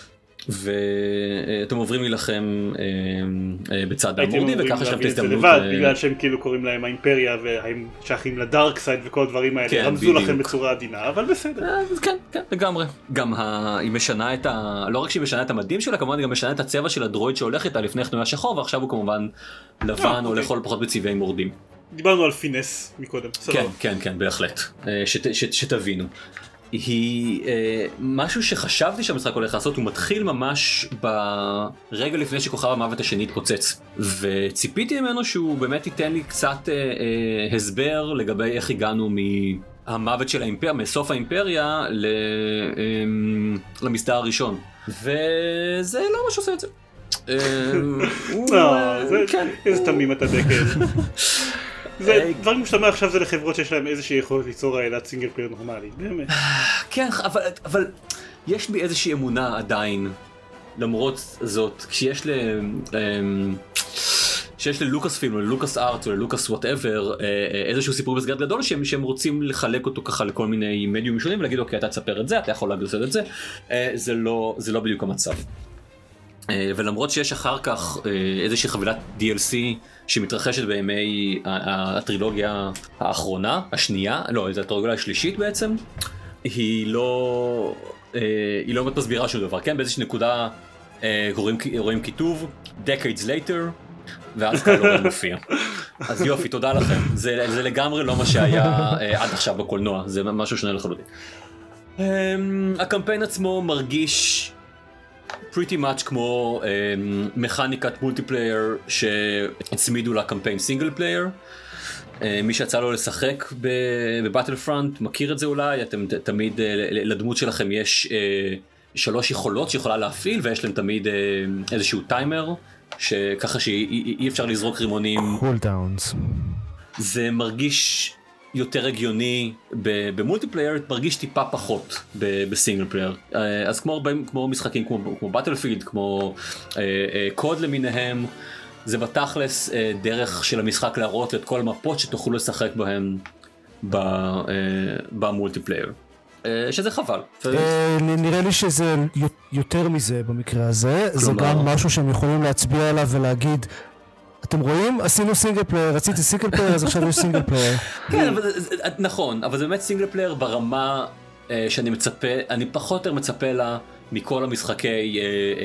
ואתם עוברים להילחם בצד המורדי, וככה שאתם תזדמנות... לבד, בגלל שהם כאילו קוראים להם האימפריה, והם שייכים לדארק סייד וכל הדברים האלה, רמזו לכם בצורה עדינה, אבל בסדר. כן, לגמרי. גם היא משנה את לא רק שהיא משנה את המדים שלה, כמובן היא גם משנה את הצבע של הדרויד שהולך איתה, לפני כן הוא היה שחור, ועכשיו הוא כמובן לבן, או לכל פחות בצבעי מורדים. דיברנו על פינס מקודם, סבבה. כן, בהחלט. שתבינו. היא משהו שחשבתי שהמשחק הולך לעשות, הוא מתחיל ממש ברגע לפני שכוכב המוות השני התפוצץ, וציפיתי ממנו שהוא באמת ייתן לי קצת הסבר לגבי איך הגענו מהמוות של האימפריה, מסוף האימפריה למסדר הראשון, וזה לא מה שעושה את זה. איזה תמים אתה דקל. זה דברים משתמע עכשיו זה לחברות שיש להם איזושהי יכולת ליצור העלת סינגל פלייר נורמלי, באמת. כן, אבל יש בי איזושהי אמונה עדיין, למרות זאת, כשיש ללוקאס פילם, או ללוקאס ארט, או ללוקאס וואטאבר, איזשהו סיפור בסגרת גדול שהם רוצים לחלק אותו ככה לכל מיני מדיומים שונים, ולהגיד אוקיי, אתה תספר את זה, אתה יכול לעשות את זה, זה לא בדיוק המצב. ולמרות שיש אחר כך איזושהי חבילת DLC שמתרחשת בימי הטרילוגיה האחרונה, השנייה, לא, זו הטרילוגיה השלישית בעצם, היא לא מסבירה שום דבר, כן? באיזושהי נקודה רואים כיתוב, decades later, ואז כאן לא מופיע. אז יופי, תודה לכם. זה לגמרי לא מה שהיה עד עכשיו בקולנוע, זה משהו שונה לחלוטין. הקמפיין עצמו מרגיש pretty much כמו מכניקת מולטיפלייר שהצמידו לקמפיין סינגל פלייר. מי שיצא לו לשחק בבטלפרונט מכיר את זה אולי, אתם תמיד לדמות שלכם יש 3 יכולות שיכולה להפעיל, ויש להם תמיד איזשהו טיימר שככה שאי אפשר לזרוק רימונים. קולדאונס. זה מרגיש יותר הגיוני במולטיפלייר, מרגיש טיפה פחות בסינגל פלייר. אז כמו משחקים כמו בטלפילד, כמו קוד למיניהם, זה בתכלס דרך של המשחק להראות את כל המפות שתוכלו לשחק בהם במולטיפלייר. שזה חבל. נראה לי שזה יותר מזה במקרה הזה, זה גם משהו שהם יכולים להצביע עליו ולהגיד, אתם רואים? עשינו סינגל פלייר, רציתי סינגל פלייר, אז עכשיו יש סינגל פלייר. כן, נכון, אבל זה באמת סינגל פלייר ברמה שאני מצפה, אני פחות או יותר מצפה לה מכל המשחקי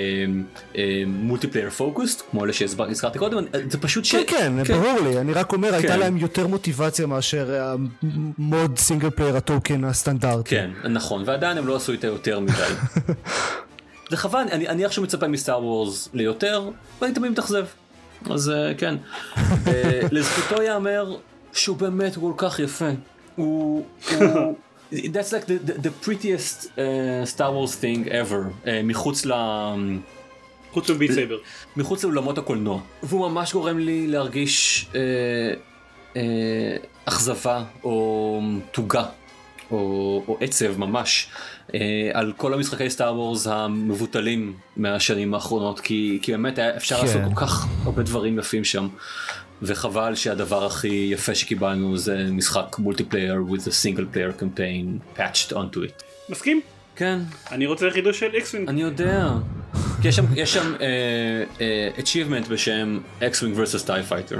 מולטיפלייר פוקוסט, כמו אלה שהזכרתי קודם, זה פשוט ש... כן, ברור לי, אני רק אומר, הייתה להם יותר מוטיבציה מאשר המוד סינגל פלייר הטוקן הסטנדרטי. כן, נכון, ועדיין הם לא עשו איתה יותר מדי. זה חבל, אני עכשיו מצפה מסטאר וורס ליותר, ואני תמיד מתאכזב. אז כן, לזכותו יאמר שהוא באמת כל כך יפה. That's like the prettiest Star Wars thing ever, מחוץ לעולמות הקולנוע. והוא ממש גורם לי להרגיש אכזבה או תוגה או עצב ממש על כל המשחקי סטאר וורס המבוטלים מהשנים האחרונות, כי באמת אפשר לעשות כל כך הרבה דברים יפים שם, וחבל שהדבר הכי יפה שקיבלנו זה משחק מולטיפלייר with a single player campaign patched onto it. מסכים? כן. אני רוצה חידוש של X-Wing. אני יודע. יש שם achievement בשם X-Wing vs. TIE Fighter.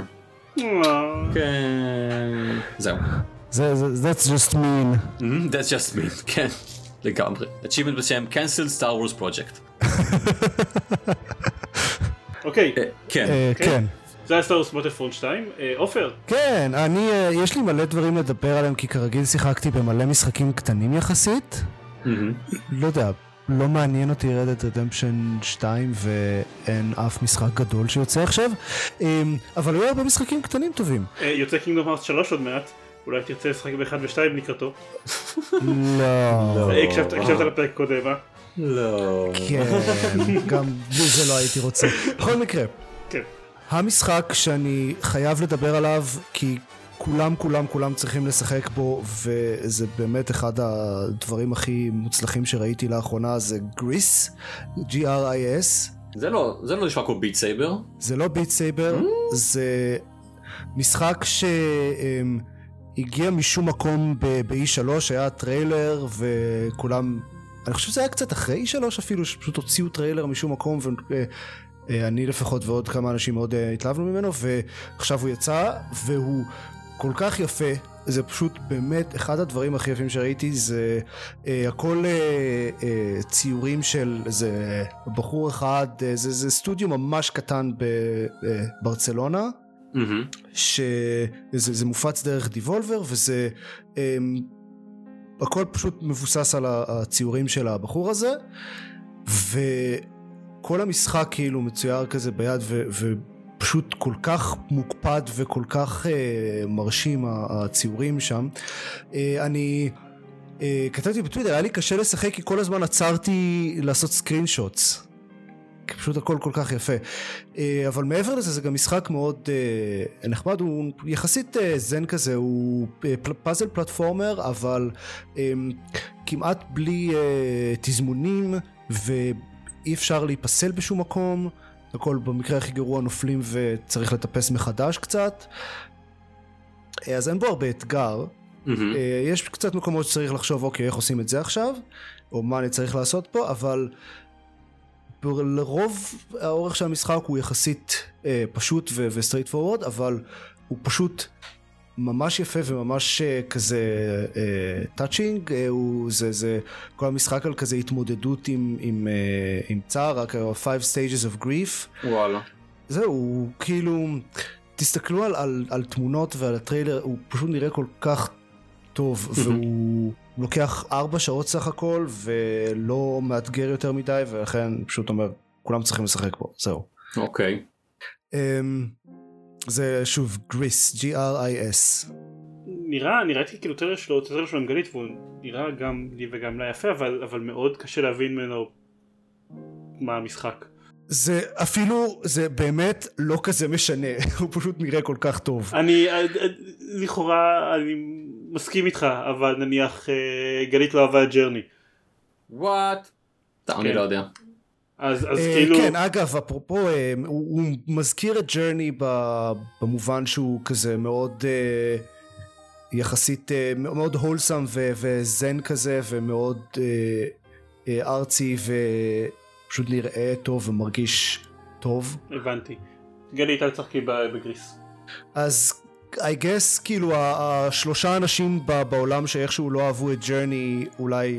כן. זהו. That's just mean. That's just mean, כן. לגמרי. achievement בשם Cancel Star Wars Project. אוקיי. כן. כן. זה היה סטאר וורס באטלפרונט 2. עופר? כן, יש לי מלא דברים לדבר עליהם, כי כרגיל שיחקתי במלא משחקים קטנים יחסית. לא יודע, לא מעניין אותי Red Dead Redemption 2 ואין אף משחק גדול שיוצא עכשיו, אבל היו הרבה משחקים קטנים טובים. יוצא Kingdom Hearts 3 עוד מעט, אולי תרצה לשחק ב1 ו2 לקראתו. לא. הקשבת לפרק קודם, אה? לא. כן, גם זה לא הייתי רוצה. בכל מקרה, המשחק שאני חייב לדבר עליו, כי כולם צריכים לשחק בו, וזה באמת אחד הדברים הכי מוצלחים שראיתי לאחרונה, זה גריס, G-R-I-S. זה לא נשמע כמו ביט סייבר? זה לא ביט סייבר, זה משחק שהגיע משום מקום ב-E3, היה טריילר וכולם, אני חושב שזה היה קצת אחרי E3 אפילו, שפשוט הוציאו טריילר משום מקום, אני לפחות ועוד כמה אנשים מאוד התלהבנו ממנו, ועכשיו הוא יצא והוא כל כך יפה, זה פשוט באמת אחד הדברים הכי יפים שראיתי, זה הכל ציורים של איזה בחור אחד, זה סטודיו ממש קטן בברצלונה, שזה מופץ דרך דיבולבר, וזה הכל פשוט מבוסס על הציורים של הבחור הזה, וכל המשחק כאילו מצויר כזה ביד פשוט כל כך מוקפד וכל כך מרשים הציורים שם. אני כתבתי בטוויטר, היה לי קשה לשחק כי כל הזמן עצרתי לעשות סקרין שוטס, כי פשוט הכל כל כך יפה. אבל מעבר לזה זה גם משחק מאוד נחמד, הוא יחסית זן כזה, הוא פאזל פלטפורמר, אבל כמעט בלי תזמונים ואי אפשר להיפסל בשום מקום, הכל במקרה הכי גרוע נופלים וצריך לטפס מחדש קצת, אז אין בו הרבה אתגר. יש קצת מקומות שצריך לחשוב אוקיי איך עושים את זה עכשיו, או מה אני צריך לעשות פה, אבל לרוב האורך של המשחק הוא יחסית פשוט וסטרייט פורוורד, אבל הוא פשוט ממש יפה וממש כזה טאצ'ינג, זה כל המשחק על כזה התמודדות עם צער, רק 5 stages of grief. וואלה. זהו, כאילו תסתכלו על תמונות ועל הטריילר, הוא פשוט נראה כל כך טוב, והוא לוקח 4 שעות סך הכל ולא מאתגר יותר מדי, ולכן פשוט אומר כולם צריכים לשחק בו, זהו. אוקיי. זה שוב גריס, G-R-I-S. נראיתי כאילו טריילר שלו עם גלית, והוא נראה גם לי וגם לה יפה, אבל מאוד קשה להבין ממנו מה המשחק. זה אפילו, זה באמת לא כזה משנה, הוא פשוט נראה כל כך טוב. לכאורה אני מסכים איתך, אבל נניח גלית לא אהבה את ג'רני. וואט? אני לא יודע. אז כאילו... כן, אגב, אפרופו, הוא מזכיר את ג'רני במובן שהוא כזה מאוד יחסית, מאוד הולסם וזן כזה, ומאוד ארצי, ופשוט נראה טוב ומרגיש טוב. הבנתי. גלית, אל תשחקי בגריס. אז I guess, כאילו, השלושה אנשים בעולם שאיכשהו לא אהבו את ג'רני, אולי...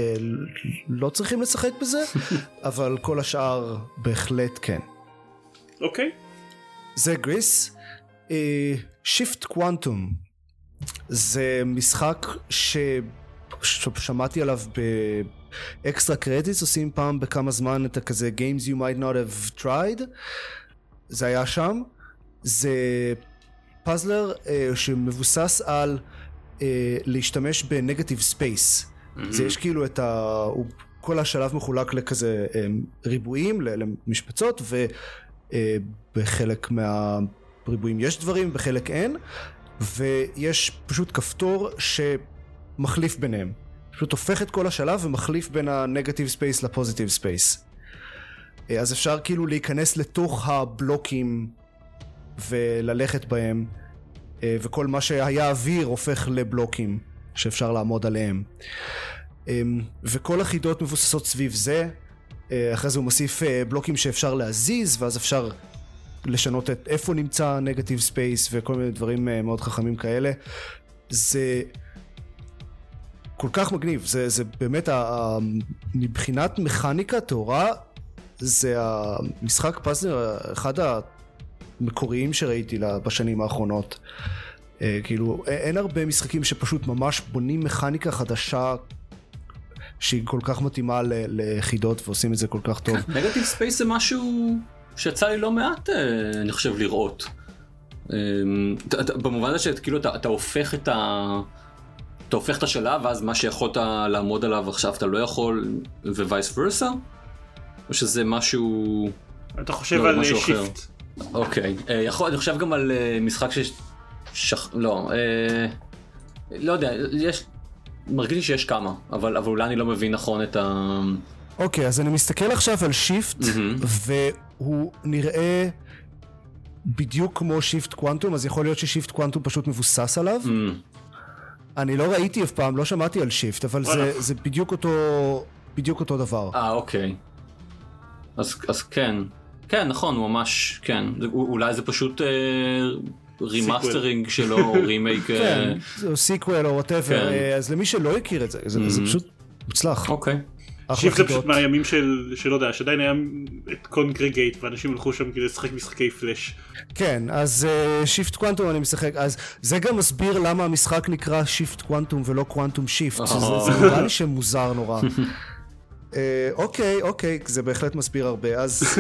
לא צריכים לשחק בזה, אבל כל השאר בהחלט כן. אוקיי. זה גריס. שיפט קוונטום זה משחק ששמעתי עליו באקסטרה קרדיטס, עושים פעם בכמה זמן את הכזה games you might not have tried, זה היה שם. זה פאזלר שמבוסס על להשתמש בנגטיב ספייס. זה יש כאילו את כל השלב מחולק לכזה ריבועים, למשפצות, ובחלק מהריבועים יש דברים, בחלק אין, ויש פשוט כפתור שמחליף ביניהם. פשוט הופך את כל השלב ומחליף בין הנגטיב ספייס לפוזיטיב ספייס. אז אפשר כאילו להיכנס לתוך הבלוקים וללכת בהם, וכל מה שהיה אוויר הופך לבלוקים שאפשר לעמוד עליהם. וכל החידות מבוססות סביב זה. אחרי זה הוא מוסיף בלוקים שאפשר להזיז, ואז אפשר לשנות את איפה נמצא נגטיב ספייס וכל מיני דברים מאוד חכמים כאלה. זה כל כך מגניב. זה באמת מבחינת מכניקה תאורה, זה המשחק פאזל אחד המקוריים שראיתי בשנים האחרונות. כאילו אין הרבה משחקים שפשוט ממש בונים מכניקה חדשה שהיא כל כך מתאימה ליחידות ועושים את זה כל כך טוב. נגטיב ספייס זה משהו שיצא לי לא מעט, אני חושב, לראות. במובן הזה שכאילו אתה הופך את השלב, ואז מה שיכולת לעמוד עליו עכשיו אתה לא יכול, ווייס ורסה? או שזה משהו... אתה חושב על שיפט. אוקיי. אני חושב גם על משחק לא יודע, מרגיש לי שיש כמה, אבל אולי אני לא מבין נכון את ה... אוקיי, אז אני מסתכל עכשיו על שיפט, והוא נראה בדיוק כמו שיפט קוונטום, אז יכול להיות ששיפט קוונטום פשוט מבוסס עליו. אני לא ראיתי אף פעם, לא שמעתי על שיפט, אבל זה בדיוק אותו דבר. אוקיי. אז כן. כן, נכון, הוא ממש, כן. אולי זה פשוט רימאסטרינג שלו, או רימייק. כן, או סיקוול או whatever. אז למי שלא הכיר את זה, זה פשוט מוצלח. אוקיי. שיפט זה פשוט מהימים של לא יודע, שעדיין היה את קונגרגייט ואנשים הלכו שם כדי לשחק משחקי פלאש. כן, אז שיפט קוונטום אני משחק, אז זה גם מסביר למה המשחק נקרא שיפט קוונטום ולא קוונטום שיפט, זה נראה לי שמוזר נורא. אוקיי, זה בהחלט מסביר הרבה,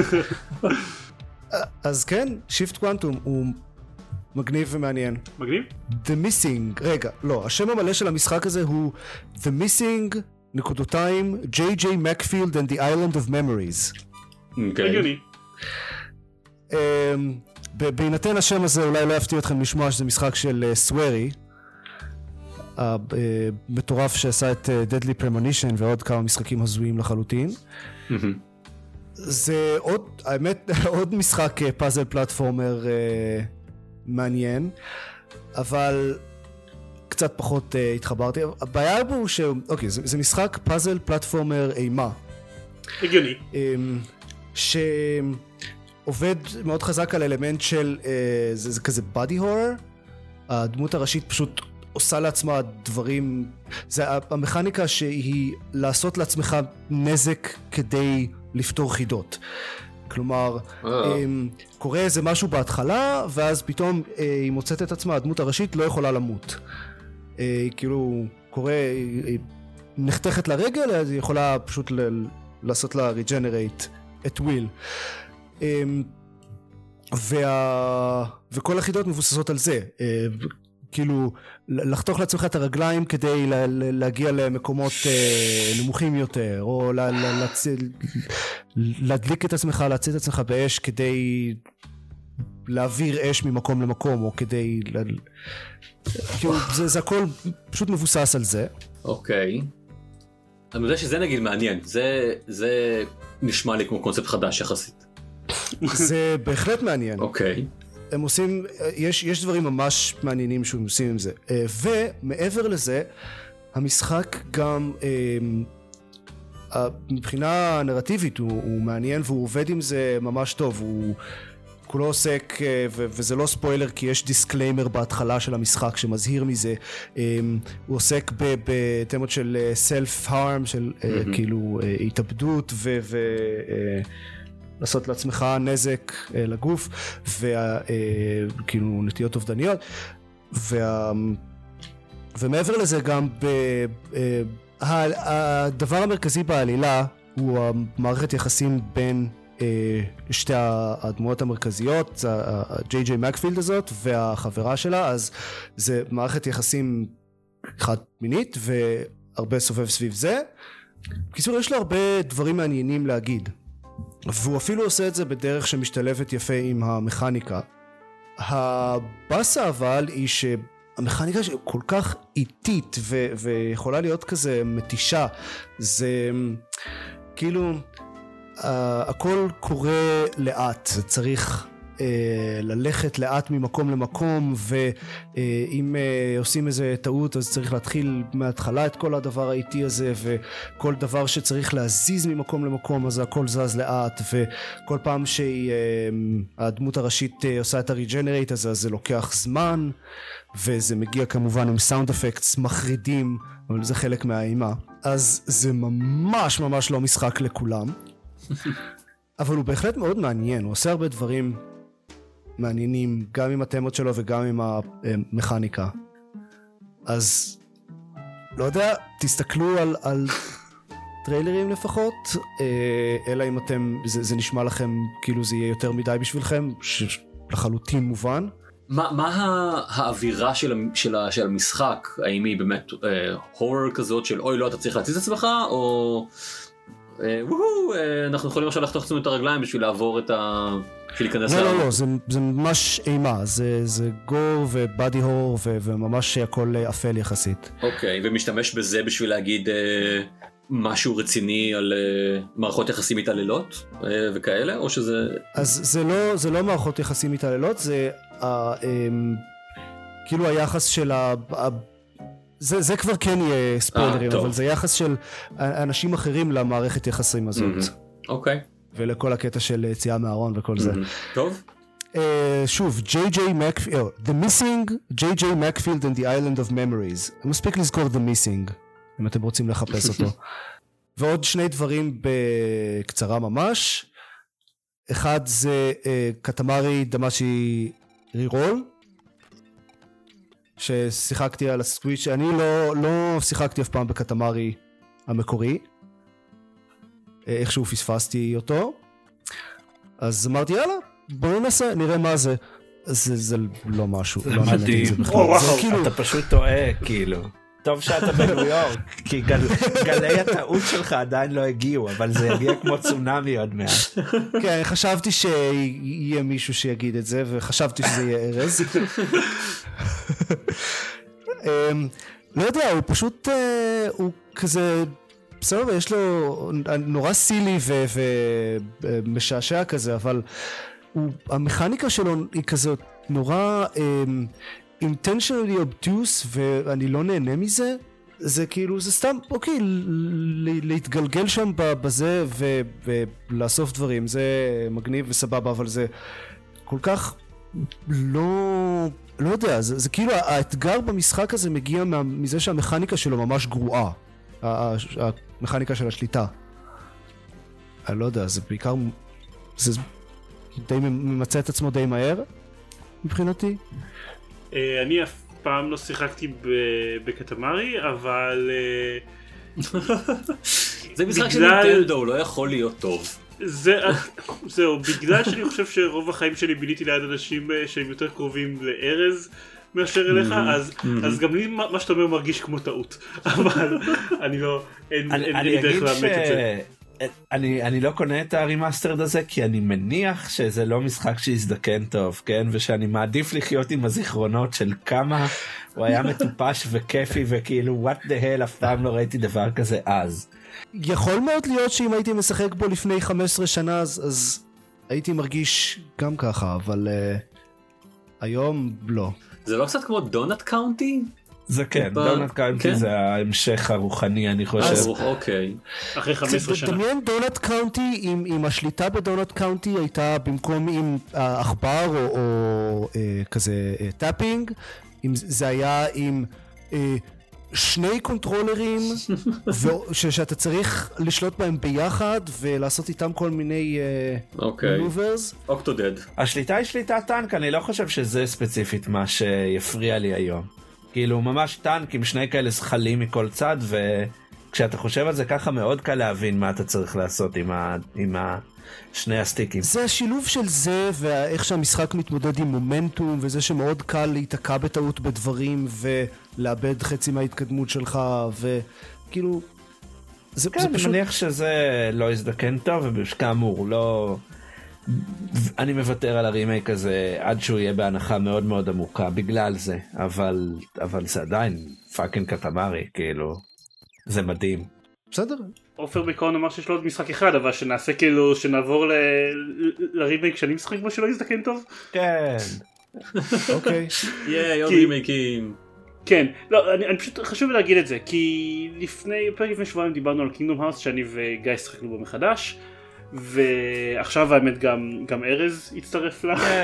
אז כן, שיפט קוונטום הוא מגניב ומעניין. מגניב? The Missing, רגע, לא, השם המלא של המשחק הזה הוא The Missing... נקודותיים, J.J. Macfield and the Island of Memories. הגיוני. בהינתן השם הזה אולי לא יפתיע אתכם לשמוע שזה משחק של סוורי, המטורף שעשה את Deadly Premonition ועוד כמה משחקים הזויים לחלוטין. זה עוד, האמת, עוד משחק פאזל פלטפורמר מעניין, אבל... קצת פחות התחברתי. הבעיה בו הוא אוקיי, זה משחק פאזל פלטפורמר אימה. הגיוני. שעובד מאוד חזק על אלמנט של, זה כזה body horror. הדמות הראשית פשוט עושה לעצמה דברים, זה המכניקה שהיא לעשות לעצמך נזק כדי לפתור חידות. כלומר, קורה איזה משהו בהתחלה, ואז פתאום היא מוצאת את עצמה, הדמות הראשית לא יכולה למות. כאילו, קורה, היא נחתכת לרגל, אז היא יכולה פשוט לעשות לה regenerate at will. וכל החידות מבוססות על זה. כאילו, לחתוך לעצמך את הרגליים כדי להגיע למקומות נמוכים יותר, או להדליק את עצמך, להצית את עצמך באש כדי להעביר אש ממקום למקום, או כדי... כאילו, זה הכל פשוט מבוסס על זה. אוקיי. אני יודע שזה נגיד מעניין, זה נשמע לי כמו קונספט חדש יחסית. זה בהחלט מעניין. אוקיי. הם עושים, יש דברים ממש מעניינים שהם עושים עם זה. ומעבר לזה, המשחק גם, מבחינה נרטיבית הוא מעניין והוא עובד עם זה ממש טוב. הוא כולו עוסק, וזה לא ספוילר כי יש דיסקליימר בהתחלה של המשחק שמזהיר מזה. הוא עוסק בתמות של self-harm, של כאילו התאבדות לעשות לעצמך נזק לגוף וכאילו נטיות אובדניות ומעבר לזה גם הדבר המרכזי בעלילה הוא המערכת יחסים בין שתי הדמויות המרכזיות, ג'יי מקפילד הזאת והחברה שלה, אז זה מערכת יחסים חד מינית והרבה סובב סביב זה. בקיצור, יש לו הרבה דברים מעניינים להגיד, והוא אפילו עושה את זה בדרך שמשתלבת יפה עם המכניקה. הבאסה אבל היא שהמכניקה כל כך איטית ויכולה להיות כזה מתישה. זה כאילו הכל קורה לאט, זה צריך ללכת לאט ממקום למקום, ואם עושים איזה טעות אז צריך להתחיל מההתחלה את כל הדבר האיטי הזה, וכל דבר שצריך להזיז ממקום למקום אז הכל זז לאט, וכל פעם שהדמות הראשית עושה את הריג'נרייט אז זה לוקח זמן, וזה מגיע כמובן עם סאונד אפקטס מחרידים, אבל זה חלק מהאימה. אז זה ממש ממש לא משחק לכולם, אבל הוא בהחלט מאוד מעניין, הוא עושה הרבה דברים מעניינים, גם עם התמות שלו וגם עם המכניקה. אז לא יודע, תסתכלו על טריילרים לפחות, אלא אם זה נשמע לכם כאילו זה יהיה יותר מדי בשבילכם, שלחלוטין מובן. מה האווירה של המשחק? האם היא באמת הורר כזאת של אוי לא אתה צריך להציץ עצמך, או אנחנו יכולים עכשיו לחתוך עצמנו את הרגליים בשביל לעבור את בשביל להיכנס לא, זה ממש אימה, זה גור ובאדי הור וממש הכל אפל יחסית. אוקיי, ומשתמש בזה בשביל להגיד משהו רציני על מערכות יחסים מתעללות וכאלה, או שזה... אז זה לא מערכות יחסים מתעללות, זה כאילו היחס של זה כבר כן יהיה ספוילרים, אבל זה יחס של אנשים אחרים למערכת יחסים הזאת. אוקיי. ולכל הקטע של יציאה מהארון וכל זה. טוב. שוב, J.J. Macfield, The Missing, J.J. Macfield and the Island of Memories. מספיק לזכור The Missing, אם אתם רוצים לחפש אותו. ועוד שני דברים בקצרה ממש. אחד זה קטמרי דמשי רירול, ששיחקתי על הסוויץ'. אני לא שיחקתי אף פעם בקטמרי המקורי, איכשהו פספסתי אותו, אז אמרתי יאללה בואו נראה מה זה. זה לא משהו, זה מדהים, אתה פשוט טועה כאילו. טוב שאתה בניו יורק, כי גלי הטעות שלך עדיין לא הגיעו, אבל זה יגיע כמו צונאמי עוד מעט. כן, חשבתי שיהיה מישהו שיגיד את זה, וחשבתי שזה יהיה ארז. לא יודע, הוא פשוט, הוא כזה, בסדר, יש לו נורא סילי ומשעשע כזה, אבל המכניקה שלו היא כזאת נורא intentionally obtuse, ואני לא נהנה מזה. זה כאילו, זה סתם, אוקיי, להתגלגל שם בזה ולאסוף דברים, זה מגניב וסבבה, אבל זה כל כך לא יודע, זה כאילו האתגר במשחק הזה מגיע מזה שהמכניקה שלו ממש גרועה, המכניקה של השליטה. אני לא יודע, זה בעיקר, זה די ממצא את עצמו די מהר מבחינתי. אני אף פעם לא שיחקתי בקטמרי, אבל זה משחק של נינטנדו, הוא לא יכול להיות טוב. זהו, בגלל שאני חושב שרוב החיים שלי ביליתי ליד אנשים שהם יותר קרובים לארז מאשר אליך, אז גם לי מה שאתה אומר מרגיש כמו טעות, אבל אני לא, אין לי דרך לאמת את זה. אני לא קונה את הרימאסטרד הזה, כי אני מניח שזה לא משחק שיזדקן טוב, כן? ושאני מעדיף לחיות עם הזיכרונות של כמה הוא היה מטופש וכיפי, וכאילו what the hell, אף פעם לא ראיתי דבר כזה אז. יכול מאוד להיות שאם הייתי משחק בו לפני 15 שנה, אז הייתי מרגיש גם ככה, אבל היום לא. זה לא קצת כמו דונט קאונטי? זה כן, דונט קאונטי זה ההמשך הרוחני, אני חושב. אוקיי. אחרי 15 שנה. דמיין דונט קאונטי, אם השליטה בדונט קאונטי הייתה במקום עם עכבר או כזה טאפינג, אם זה היה עם שני קונטרולרים שאתה צריך לשלוט בהם ביחד ולעשות איתם כל מיני מנוברס. אוקטודד. השליטה היא שליטה טנק, אני לא חושב שזה ספציפית מה שיפריע לי היום. כאילו ממש טנק עם שני כאלה זחלים מכל צד, וכשאתה חושב על זה ככה מאוד קל להבין מה אתה צריך לעשות עם שני הסטיקים. זה השילוב של זה ואיך שהמשחק מתמודד עם מומנטום, וזה שמאוד קל להתעקע בטעות בדברים ולאבד חצי מההתקדמות שלך, וכאילו זה פשוט... אני מניח שזה לא יזדקן טוב, וכאמור לא... אני מוותר על הרימייק הזה עד שהוא יהיה בהנחה מאוד מאוד עמוקה בגלל זה, אבל זה עדיין פאקינג קטמרי, כאילו זה מדהים. בסדר. עופר ביקון אמר שיש לו עוד משחק אחד, אבל שנעשה כאילו שנעבור לרימייק שאני משחק בו שלא יזדקן טוב. כן. אוקיי. עוד רימייקים. כן, לא, אני פשוט חשוב להגיד את זה, כי לפני שבועיים דיברנו על קינגדום הארץ שאני וגיא שחקנו בו מחדש, ועכשיו האמת גם ארז הצטרף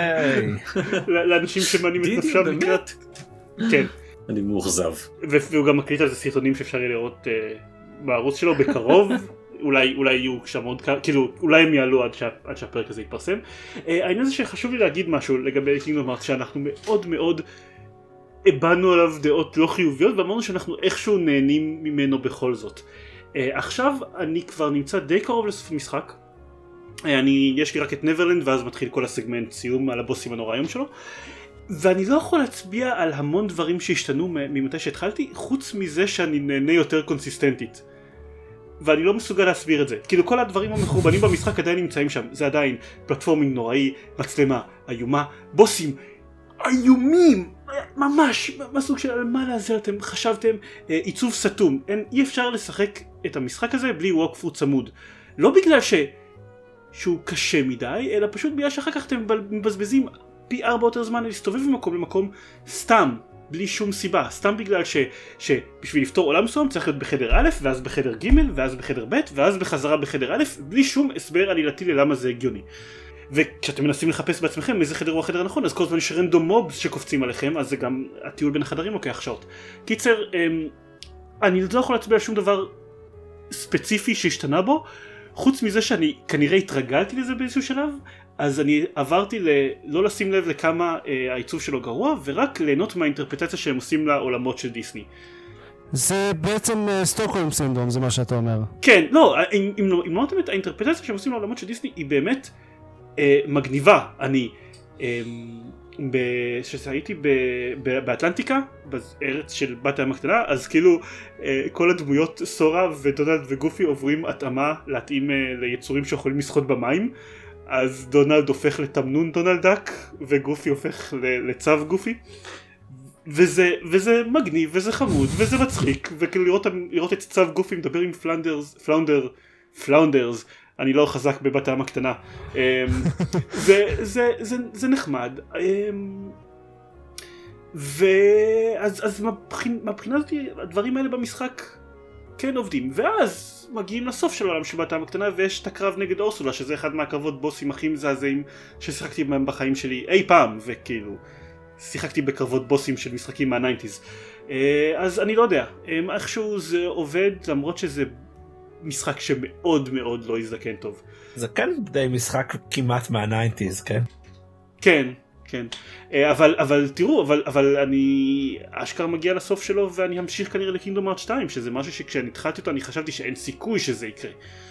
לאנשים שמענים את נפשם לקראת. כן. אני מאוכזב. והוא גם מקליט על זה סרטונים שאפשר יהיה לראות בערוץ שלו בקרוב, אולי יהיו שם עוד, כאילו אולי הם יעלו עד שהפרק הזה יתפרסם. העניין זה שחשוב לי להגיד משהו לגבי קינגדום הארטס, שאנחנו מאוד מאוד הבנו עליו דעות לא חיוביות ואמרנו שאנחנו איכשהו נהנים ממנו בכל זאת. עכשיו אני כבר נמצא די קרוב לסוף המשחק, יש לי רק את נברלנד ואז מתחיל כל הסגמנט סיום על הבוסים הנוראים שלו, ואני לא יכול להצביע על המון דברים שהשתנו ממתי שהתחלתי, חוץ מזה שאני נהנה יותר קונסיסטנטית, ואני לא מסוגל להסביר את זה. כאילו כל הדברים המחורבנים במשחק עדיין נמצאים שם, זה עדיין פלטפורמינג נוראי, מצלמה איומה, בוסים איומים ממש, מהסוג של על מה לעזר אתם חשבתם, עיצוב סתום, אי אפשר לשחק את המשחק הזה בלי ווקפרו צמוד, לא בגלל שהוא קשה מדי, אלא פשוט בגלל שאחר כך אתם מבזבזים פי 4 יותר זמן להסתובב ממקום למקום סתם, בלי שום סיבה, סתם בגלל שבשביל לפתור עולם מסוים צריך להיות בחדר א' ואז בחדר ג' ואז בחדר ב' ואז בחזרה בחדר א', בלי שום הסבר עלילתי ללמה זה הגיוני. וכשאתם מנסים לחפש בעצמכם איזה חדר הוא החדר הנכון, אז כל הזמן יש רנדום מובס שקופצים עליכם, אז זה גם הטיול בין החדרים לוקח שעות. קיצר, אני לא יכול להצביע על שום דבר ספציפי שהשתנה בו, חוץ מזה שאני כנראה התרגלתי לזה באיזשהו שלב, אז אני עברתי לא לשים לב לכמה העיצוב שלו גרוע, ורק ליהנות מהאינטרפטציה שהם עושים לעולמות של דיסני. זה בעצם סטוקהולם סינדרום, זה מה שאתה אומר. כן, לא, אם לא אמרתם את האינטרפטציה שהם עושים לעולמות של דיסני, היא באמת מגניבה. אני כשהייתי באטלנטיקה, בארץ של בת הים הקטנה, אז כאילו כל הדמויות סורה ודונלד וגופי עוברים התאמה להתאים ליצורים שיכולים לשחות במים, אז דונלד הופך לתמנון דונלדק וגופי הופך לצו גופי, וזה מגניב וזה חמוד וזה מצחיק, וכאילו לראות את צו גופי מדבר עם פלאונדרס, אני לא חזק בבת הים הקטנה, זה נחמד, אז מהבחינה הזאת הדברים האלה במשחק כן עובדים, ואז מגיעים לסוף של העולם של בת הים הקטנה ויש את הקרב נגד אורסולה, שזה אחד מהקרבות בוסים הכי מזעזעים ששיחקתי בהם בחיים שלי אי פעם, וכאילו שיחקתי בקרבות בוסים של משחקים מה-90s, אז אני לא יודע, איכשהו זה עובד למרות שזה משחק שמאוד מאוד לא יזדקן טוב. זה כן די משחק כמעט מה-90s, כן? כן, כן. אבל תראו, אבל אני אשכרה מגיע לסוף שלו ואני אמשיך כנראה לקינגדום הארטס 2, שזה משהו שכשאני התחלתי אותו אני חשבתי שאין סיכוי שזה יקרה.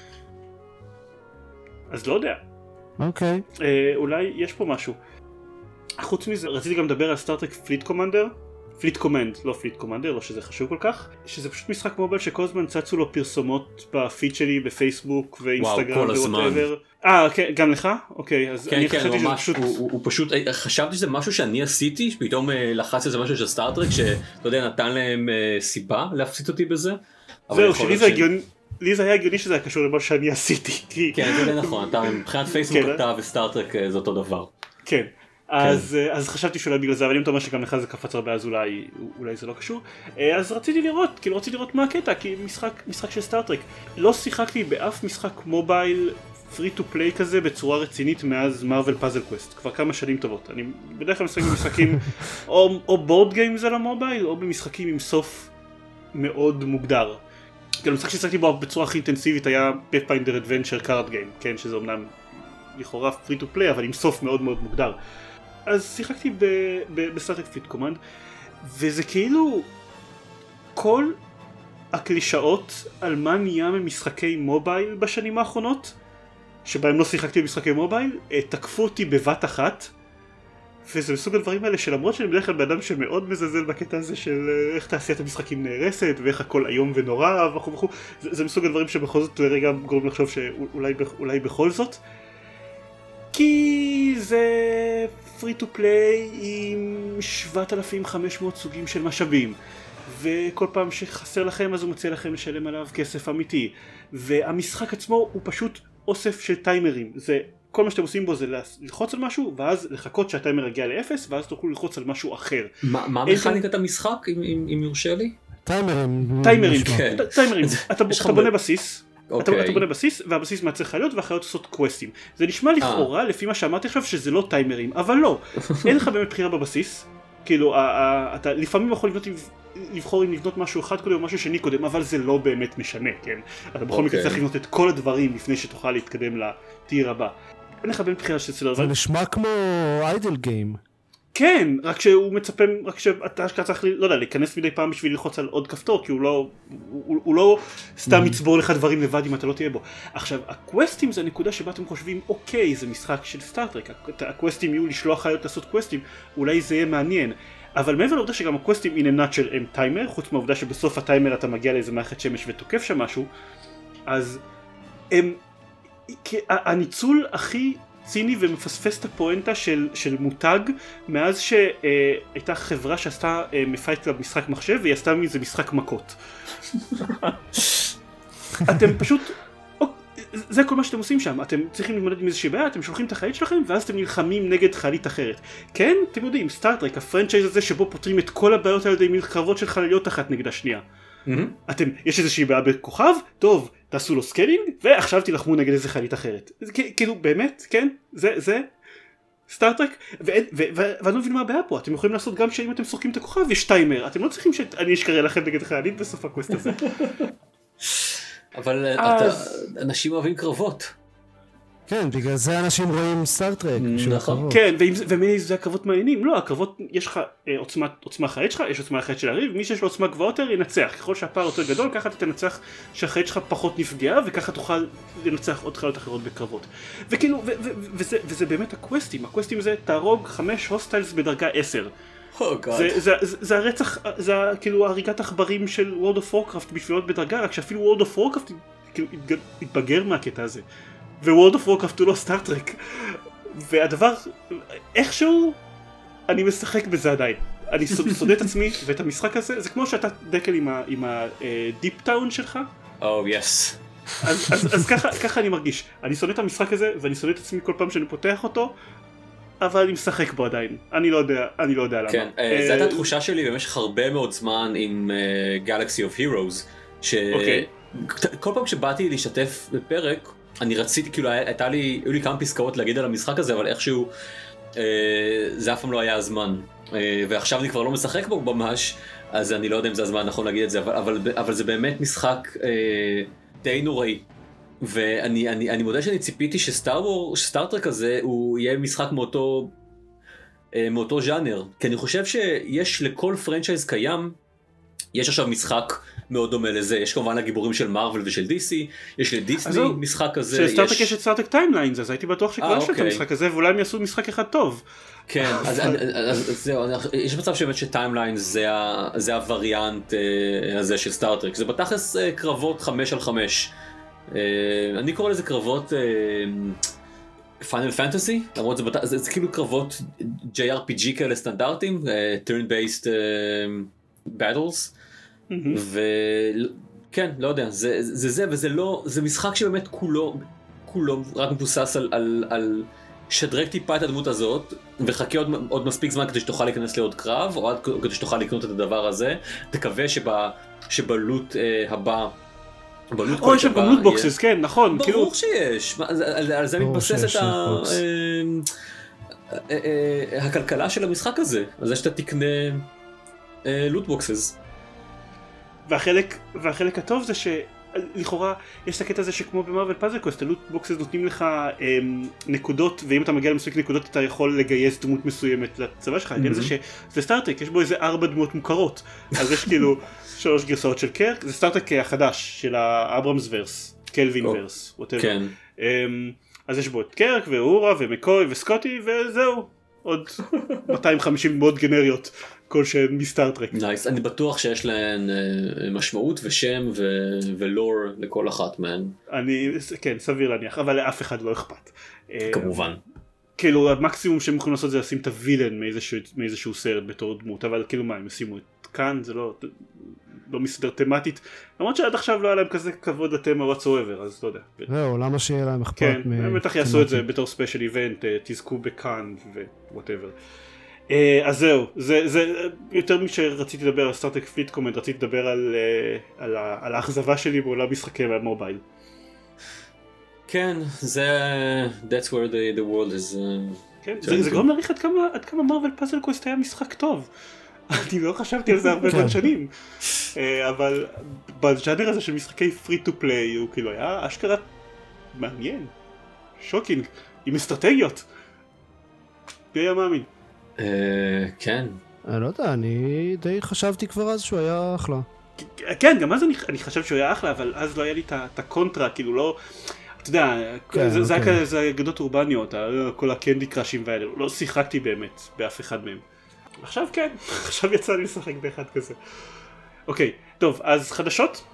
אז לא יודע. אוקיי. אולי יש פה משהו. חוץ מזה, רציתי גם לדבר על סטארטרק פליט קומנדר. פליט קומנד, לא פליט קומנדר, לא שזה חשוב כל כך, שזה פשוט משחק מובייל שכל הזמן צצו לו פרסומות בפיד שלי בפייסבוק ואינסטגרם ווואטאבר. כן, גם לך? אוקיי, אז כן, אני כן, חשבתי ממש, שזה פשוט... הוא פשוט, חשבתי שזה משהו שאני עשיתי, שפתאום לחץ איזה משהו של סטארטרק, שאתה יודע, נתן להם סיבה להפסיד אותי בזה. זהו, לי זה היה הגיוני שזה היה קשור למה שאני עשיתי. כן, זה נכון, מבחינת פייסבוק אתה וסטארטרק זה אותו דבר. כן. אז חשבתי שאולי בגלל זה, אבל אם אתה אומר שגם לך זה קפץ הרבה אז אולי זה לא קשור. אז רציתי לראות מה הקטע, כי משחק של סטארטרק. לא שיחקתי באף משחק מובייל פרי טו פליי כזה בצורה רצינית מאז מרוול פאזל קווסט, כבר כמה שנים טובות. אני בדרך כלל משחק במשחקים או בורד גיימס על המובייל או במשחקים עם סוף מאוד מוגדר. כאילו משחק ששיחקתי בו בצורה הכי אינטנסיבית היה Pathfinder Adventure Card Game, כן, שזה אומנם לכאורה פרי טו פליי אבל עם סוף מאוד מאוד מוגדר. אז שיחקתי בסטארטרק פליט קומנד, וזה כאילו כל הקלישאות על מה נהיה ממשחקי מובייל בשנים האחרונות, שבהם לא שיחקתי במשחקי מובייל, תקפו אותי בבת אחת, וזה מסוג הדברים האלה שלמרות שאני בדרך כלל באדם שמאוד מזלזל בקטע הזה של איך תעשיית המשחקים נהרסת ואיך הכל איום ונורא וכו' וכו', זה מסוג הדברים שבכל זאת לרגע גורם לחשוב שאולי בכל זאת, כי זה פרי טו פליי עם 7,500 סוגים של משאבים, וכל פעם שחסר לכם אז הוא מציע לכם לשלם עליו כסף אמיתי, והמשחק עצמו הוא פשוט אוסף של טיימרים. זה כל מה שאתם עושים בו זה ללחוץ על משהו ואז לחכות שהטיימר יגיע לאפס ואז תוכלו ללחוץ על משהו אחר. מה מכניקת המשחק אם יורשה לי? טיימרים. אתה בונה בסיס, אתה בונה בסיס והבסיס מייצר חיות והחיות עושות קווסטים. זה נשמע לכאורה לפי מה שאמרתי עכשיו שזה לא טיימרים, אבל לא, אין לך באמת בחירה בבסיס. כאילו אתה לפעמים יכול לבנות עם לבחור אם לבנות משהו אחד קודם או משהו שני קודם, אבל זה לא באמת משנה, כן? אתה בכל מקרה צריך לבנות את כל הדברים לפני שתוכל להתקדם לטיר הבא. אין לך בין בחירה של סדר. זה נשמע כמו איידל גיים. כן, רק שהוא מצפה, רק שאתה צריך, לא יודע, להיכנס מדי פעם בשביל ללחוץ על עוד כפתור, כי הוא לא סתם יצבור לך דברים לבד אם אתה לא תהיה בו. עכשיו, הקווסטים זה הנקודה שבה אתם חושבים, אוקיי, זה משחק של סטארטרק, הקווסטים יהיו לשלוח חיות לעשות קווסטים, אולי זה יהיה מעניין. אבל מעבר לעובדה שגם הקווסטים in a nutshell הם טיימר, חוץ מהעובדה שבסוף הטיימר אתה מגיע לאיזה מערכת שמש ותוקף שם משהו, אז הניצול הכי ציני ומפספס את הפואנטה של מותג מאז שהייתה חברה שעשתה מפייט למשחק מחשב והיא עשתה מזה משחק מכות. אתם פשוט, זה כל מה שאתם עושים שם, אתם צריכים להתמודד עם איזושהי בעיה, אתם שולחים את החיילת שלכם ואז אתם נלחמים נגד חיילית אחרת. כן, אתם יודעים, סטארטרק, הפרנצ'ייז הזה שבו פותרים את כל הבעיות על ידי קרבות של חלליות אחת נגד השנייה. יש איזושהי בעיה בכוכב, טוב, תעשו לו סקלינג, ועכשיו תלחמו נגד איזה חיילית אחרת. כאילו, באמת, כן, זה סטארטרק, ואני לא מבין מה הבעיה פה, אתם יכולים לעשות גם שאם אתם שוחקים את הכוכב, יש טיימר, אתם לא צריכים שאני אשקרא לכם נגד חיילית בסוף הקווסט הזה. אבל אנשים אוהבים קרבות. כן, בגלל זה אנשים רואים סטארטרק. נכון. כן, וזה הקרבות מעניינים. לא, הקרבות, יש לך עוצמה חיית שלך, יש עוצמה חיית של הריב, מי שיש לו עוצמה גבוהה יותר ינצח. ככל שהפער יותר גדול, ככה אתה תנצח שהחיית שלך פחות נפגעה, וככה תוכל לנצח עוד חיות אחרות בקרבות. וכאילו, וזה באמת הקווסטים. הקווסטים זה תהרוג 5 הוסטיילס בדרגה 10. זה הרצח, זה כאילו הריגת עכברים של World of Warcraft בשביל להיות בדרגה, רק שאפילו World of Warcraft התבגר מהקטע הזה. ו-World of Warcraft הוא לא סטארטרק. והדבר, איכשהו, אני משחק בזה עדיין. אני סודה את עצמי ואת המשחק הזה, זה כמו שאתה דקל עם הדיפ טאון שלך. יס. אז ככה אני מרגיש. אני סודה את המשחק הזה, ואני סודה את עצמי כל פעם שאני פותח אותו, אבל אני משחק בו עדיין. אני לא יודע למה. כן, זו הייתה התחושה שלי במשך הרבה מאוד זמן עם Galaxy of Heroes, שכל פעם כשבאתי להשתתף בפרק, אני רציתי, כאילו, היו לי כמה פסקאות להגיד על המשחק הזה, אבל איכשהו זה אף פעם לא היה הזמן. ועכשיו אני כבר לא משחק בו ממש, אז אני לא יודע אם זה הזמן הנכון להגיד את זה, אבל זה באמת משחק די נוראי. ואני מודה שאני ציפיתי שסטארטרק הזה הוא יהיה משחק מאותו ז'אנר. כי אני חושב שיש לכל פרנצ'ייז קיים, יש עכשיו משחק מאוד דומה לזה. יש כמובן הגיבורים של מארוול ושל DC, יש לדיסני משחק כזה. שסטארטרק יש את סטארטק טיימליינס, אז הייתי בטוח שכבר יש את המשחק הזה, ואולי הם יעשו משחק אחד טוב. כן, אז זהו, יש מצב שבאמת שטיימליינס זה הווריאנט הזה של סטארטרק. זה בתכלס קרבות 5 על 5. אני קורא לזה קרבות פיינל פנטסי, למרות זה כאילו קרבות JRPG כאלה סטנדרטים, turn based battles. וכן, לא יודע, זה וזה לא, זה משחק שבאמת כולו רק מבוסס על שדרג טיפה את הדמות הזאת, וחכה עוד מספיק זמן כדי שתוכל להיכנס לעוד קרב, או כדי שתוכל לקנות את הדבר הזה. תקווה שבלוט הבא, או יש שם גם לוט בוקסס, כן, נכון. ברור שיש, על זה מתבססת הכלכלה של המשחק הזה, על זה שאתה תקנה לוט בוקסס. והחלק הטוב זה שלכאורה יש את הקטע הזה שכמו במרוויל פאזל קווסט, הלוט בוקסס נותנים לך נקודות, ואם אתה מגיע למספיק נקודות אתה יכול לגייס דמות מסוימת לצבא שלך. העניין זה שזה סטארטרק, יש בו איזה 4 דמות מוכרות, אז יש כאילו 3 גרסאות של קרק, זה סטארטרק החדש של האברמס ורס, קלווין ורס, כן. אז יש בו את קרק ואורה ומקוי וסקוטי וזהו, עוד 250 מאוד גנריות כלשהן מסטארטרק. נייס, אני בטוח שיש להן משמעות ושם ולור לכל אחת מהן. כן, סביר להניח, אבל לאף אחד לא אכפת. כמובן. כאילו המקסימום שהם יכולים לעשות זה לשים את הווילן מאיזשהו סרט בתור דמות, אבל כאילו מה, הם ישימו את כאן, זה לא מסדר תמטית, למרות שעד עכשיו לא היה להם כזה כבוד לתמה whatsoever, אז לא יודע. זהו, למה שיהיה להם אכפת? כן, הם בטח יעשו את זה בתור ספיישל איבנט, תזכו בכאן ו-whatever. אז זהו, זה יותר משרציתי לדבר על סטארטרק פליט קומנד, רציתי לדבר על האכזבה שלי בעולם משחקי המובייל. כן, זה that's where the world is. כן, זה גורם להעריך עד כמה מרוויל פאזל קווסט היה משחק טוב. אני לא חשבתי על זה הרבה מאוד שנים, אבל בז'אנר הזה של משחקי פרי טו פליי הוא כאילו היה אשכרה מעניין, שוקינג, עם אסטרטגיות. מי היה מאמין? כן. אני לא יודע, אני די חשבתי כבר אז שהוא היה אחלה. כן, גם אז אני חשב שהוא היה אחלה, אבל אז לא היה לי את הקונטרה, כאילו לא, אתה יודע, זה היה כזה אגדות אורבניות, כל הקנדי קראשים והאלה, לא שיחקתי באמת באף אחד מהם. עכשיו כן, עכשיו יצא לי לשחק באחד כזה. אוקיי, טוב, אז חדשות?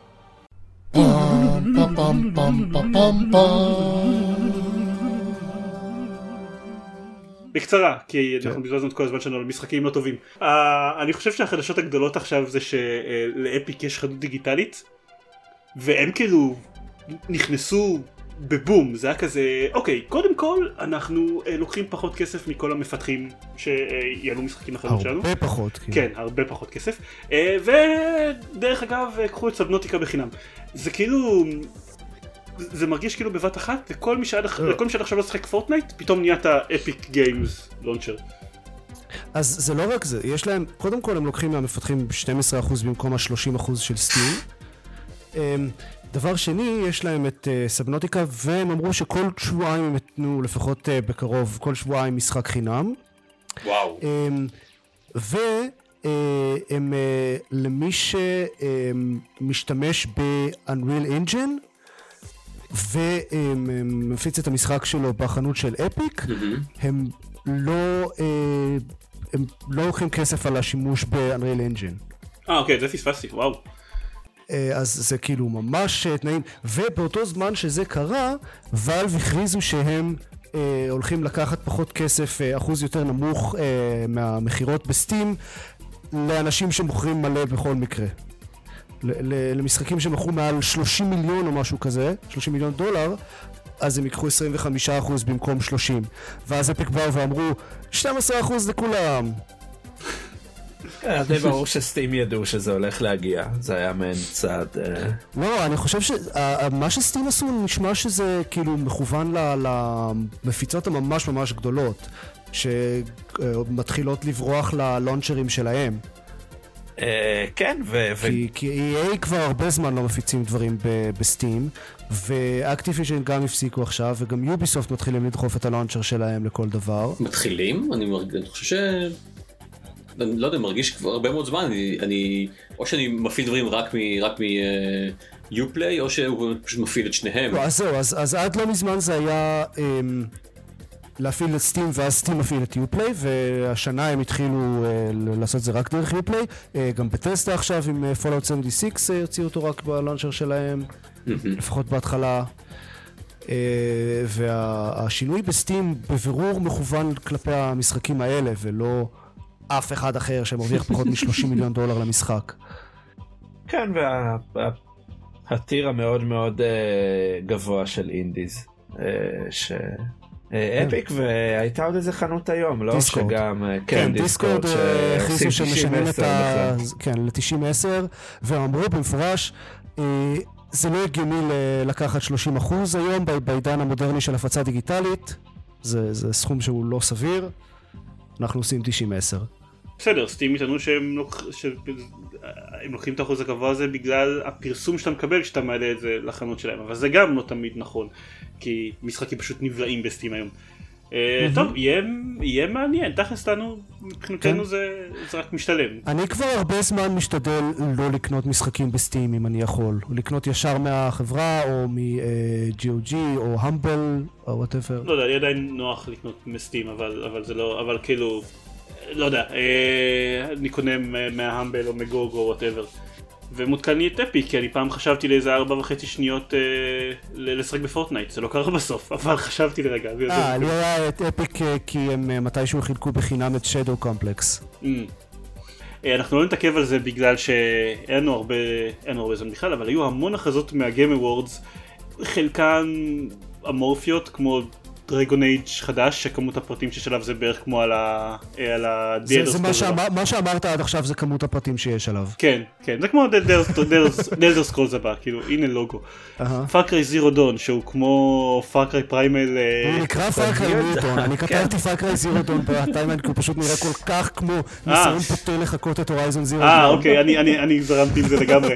בקצרה, כי אנחנו בזבזנו את כל הזמן שלנו על משחקים לא טובים. אני חושב שהחדשות הגדולות עכשיו זה שלאפיק יש חנות דיגיטלית, והם כאילו נכנסו בבום. זה היה כזה, אוקיי, קודם כל אנחנו לוקחים פחות כסף מכל המפתחים שיעלו משחקים לחנות שלנו. הרבה פחות. כן, הרבה פחות כסף. ודרך אגב, קחו את סבנוטיקה בחינם. זה כאילו, זה מרגיש כאילו בבת אחת, לכל מי שעד עכשיו לא שחק פורטנייט, פתאום נהיית אפיק גיימס לונצ'ר. אז זה לא רק זה, יש להם, קודם כל הם לוקחים מהמפתחים 12% במקום ה-30% של סטים. דבר שני, יש להם את סבנוטיקה, והם אמרו שכל שבועיים הם יתנו לפחות בקרוב, כל שבועיים משחק חינם. וואו. והם למי שמשתמש ב-Unreal Engine, ומפיץ את המשחק שלו בחנות של אפיק, הם לא לוקחים כסף על השימוש ב-Unreal Engine. אוקיי, זה פספסתי, וואו. אז זה כאילו ממש תנאים, ובאותו זמן שזה קרה, ואלב הכריזו שהם הולכים לקחת פחות כסף, אחוז יותר נמוך מהמחירות בסטים, לאנשים שמוכרים מלא בכל מקרה. למשחקים שמכרו מעל 30 מיליון או משהו כזה, 30 מיליון דולר, אז הם ייקחו 25% במקום 30. ואז אפיק באו ואמרו, 12% לכולם. די ברור שסטים ידעו שזה הולך להגיע, זה היה מעין צעד. לא, אני חושב שמה שסטים עשו נשמע שזה כאילו מכוון למפיצות הממש ממש גדולות, שמתחילות לברוח ללונצ'רים שלהם. כן, כי EA כבר הרבה זמן לא מפיצים דברים בסטים, ואקטיביז'ן גם הפסיקו עכשיו, וגם יוביסופט מתחילים לדחוף את הלונצ'ר שלהם לכל דבר. מתחילים? אני חושב ש... לא יודע, מרגיש כבר הרבה מאוד זמן, או שאני מפעיל דברים רק מ-Uplay, או שהוא פשוט מפעיל את שניהם. אז זהו, אז עד לא מזמן זה היה להפעיל את סטים, ואז סטים מפעיל את Uplay, והשנה הם התחילו לעשות זה רק דרך Uplay, גם בטסטה עכשיו עם Fallout 76 יוציאו אותו רק בלונצ'ר שלהם, לפחות בהתחלה. והשינוי בסטים בבירור מכוון כלפי המשחקים האלה, ולא אף אחד אחר שמרוויח פחות מ$30 מיליון למשחק. כן, והטיר המאוד מאוד גבוה של אינדיז, אפיק, והייתה עוד איזה חנות היום, לא? דיסקורד. כן, דיסקורד הכריזו שמשנים את ה... כן, ל-90-10, והם אמרו במפורש, זה לא הגיוני לקחת 30% היום בעידן המודרני של הפצה דיגיטלית, זה סכום שהוא לא סביר, אנחנו עושים 90-10. בסדר, סטים איתנו שהם לוקחים את האחוז הגבוה הזה בגלל הפרסום שאתה מקבל כשאתה מעלה את זה לחנות שלהם, אבל זה גם לא תמיד נכון, כי משחקים פשוט נבלעים בסטים היום. טוב, יהיה מעניין, תכלס לנו, מבחינתנו זה רק משתלם. אני כבר הרבה זמן משתדל לא לקנות משחקים בסטים אם אני יכול, לקנות ישר מהחברה או מ-GOG או המבל או whatever. לא יודע, לי עדיין נוח לקנות מסטים, אבל זה לא, אבל כאילו, לא יודע, אני קונה מההמבל או מגוג או whatever. ומותקן לי את אפיק, כי אני פעם חשבתי לאיזה 4.5 שניות לשחק בפורטנייט, זה לא קרה בסוף, אבל חשבתי לרגע. אני רואה את אפיק כי הם מתישהו חילקו בחינם את Shadow Complex. אנחנו לא נתעכב על זה בגלל שאין לנו הרבה זמן בכלל, אבל היו המון הכרזות מהגיים אוורדס, חלקן אמורפיות כמו דרגון אייג' חדש, שכמות הפרטים שיש עליו זה בערך כמו על ה-The Elder Scrolls. מה שאמרת עד עכשיו זה כמות הפרטים שיש עליו. כן, כן, זה כמו The Elder Scrolls הבא, כאילו, הנה לוגו. Far Cry Zero Dawn, שהוא כמו Far Cry Primal... הוא נקרא Far Cry Zero Dawn, אני כתבתי Far Cry Zero Dawn בטיימליין, כי הוא פשוט נראה כל כך כמו ניסיון פוטר לחכות את הורייזון Zero Dawn. אוקיי, אני זרמתי עם זה לגמרי.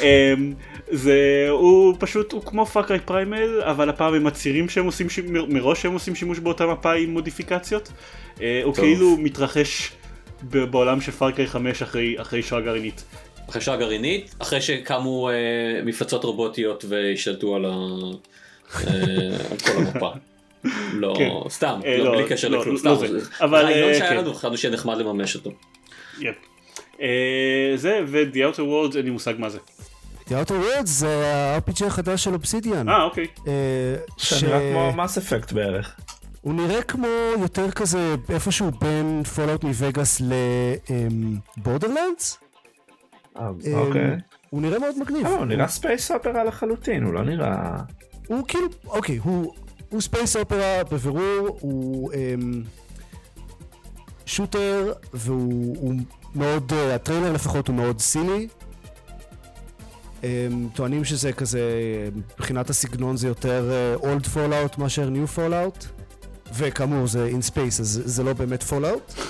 הוא פשוט, הוא כמו Far Cry Primal, אבל הפעם הם מצהירים שהם עושים, מראש שהם עושים שימוש באותה מפה עם מודיפיקציות. הוא כאילו מתרחש בעולם של Far Cry 5 אחרי שואה גרעינית. אחרי שואה גרעינית, אחרי שקמו מפלצות רובוטיות והשתלטו על כל המפה. לא, סתם, בלי קשר לכלום, סתם. אבל רעיון שהיה לנו, חשבנו שיהיה נחמד לממש אותו. זה, ו-The Outer Worlds, אין לי מושג מה זה. The Outer Worlds זה ה-RPG החדש של אובסידיאן. אוקיי. שנראה כמו Mass Effect בערך. הוא נראה כמו יותר כזה איפשהו בין פולאאוט מווגאס לבורדרלנדס. אוקיי. הוא נראה מאוד מגניב. הוא נראה ספייס אופרה לחלוטין, הוא לא נראה... הוא כאילו, אוקיי, הוא ספייס אופרה בבירור, הוא שוטר, והוא מאוד, הטריילר לפחות הוא מאוד סילי. טוענים שזה כזה, מבחינת הסגנון זה יותר old fallout מאשר new fallout, וכאמור זה in space, אז זה לא באמת fallout.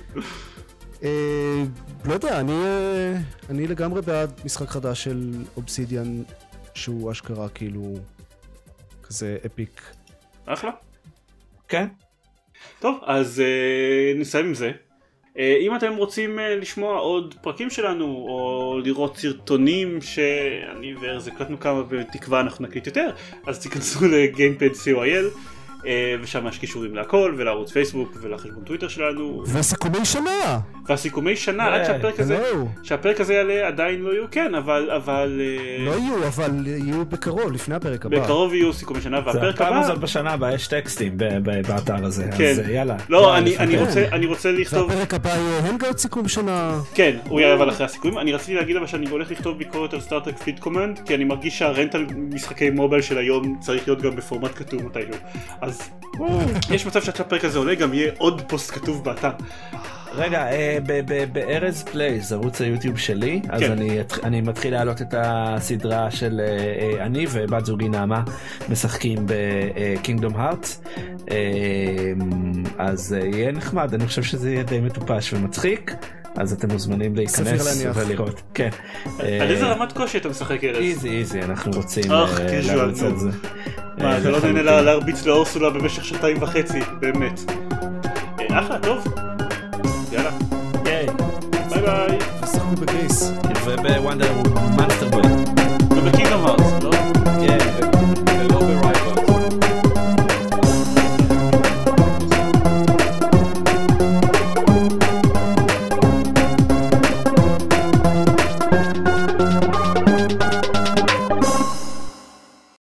לא יודע, אני לגמרי בעד משחק חדש של אובסידיאן, שהוא אשכרה כאילו כזה אפיק. אחלה. כן. טוב, אז נסיים עם זה. אם אתם רוצים לשמוע עוד פרקים שלנו או לראות סרטונים שאני וארז הקלטנו כמה בתקווה אנחנו נקליט יותר, אז תיכנסו לגיימפד co.il ושם יש קישורים להכל ולערוץ פייסבוק ולחשבון טוויטר שלנו. והסיכומי שנה! והסיכומי שנה עד שהפרק הזה יעלה עדיין לא יהיו, כן, אבל... לא יהיו, אבל יהיו בקרוב, לפני הפרק הבא. בקרוב יהיו סיכומי שנה, והפרק הבא... זה הפעם הזאת בשנה הבאה, יש טקסטים באתר הזה, אז יאללה. לא, אני רוצה לכתוב... והפרק הבא יהיה הנגאוט סיכום שנה. כן, הוא יהיה אבל אחרי הסיכומים. אני רציתי להגיד אבל שאני הולך לכתוב ביקורת על סטארטרק פליט קומנד, כי אני מרגיש שהרנטל משחקי מובייל של היום צריך להיות גם בפורמט כתוב מתישהו. אז יש מצב שהפרק הזה עולה, גם יהיה עוד פוסט כתוב באתר. רגע, בארז פלייז, ערוץ היוטיוב שלי, אז אני מתחיל להעלות את הסדרה של אני ובת זוגי נעמה משחקים בקינגדום הארטס, אז יהיה נחמד, אני חושב שזה יהיה די מטופש ומצחיק, אז אתם מוזמנים להיכנס ולראות. כן. על איזה רמת קושי אתה משחק ארז? איזי, אנחנו רוצים להראות את זה. מה, אתה לא נהנה להרביץ לאורסולה במשך 2.5, באמת. אחלה, טוב. יאללה. ביי ביי. ושחקו בגריס. ובוונדר מאנסטר בוי. ובקינגדום הארטס, לא? כן. ולא ברייבלס.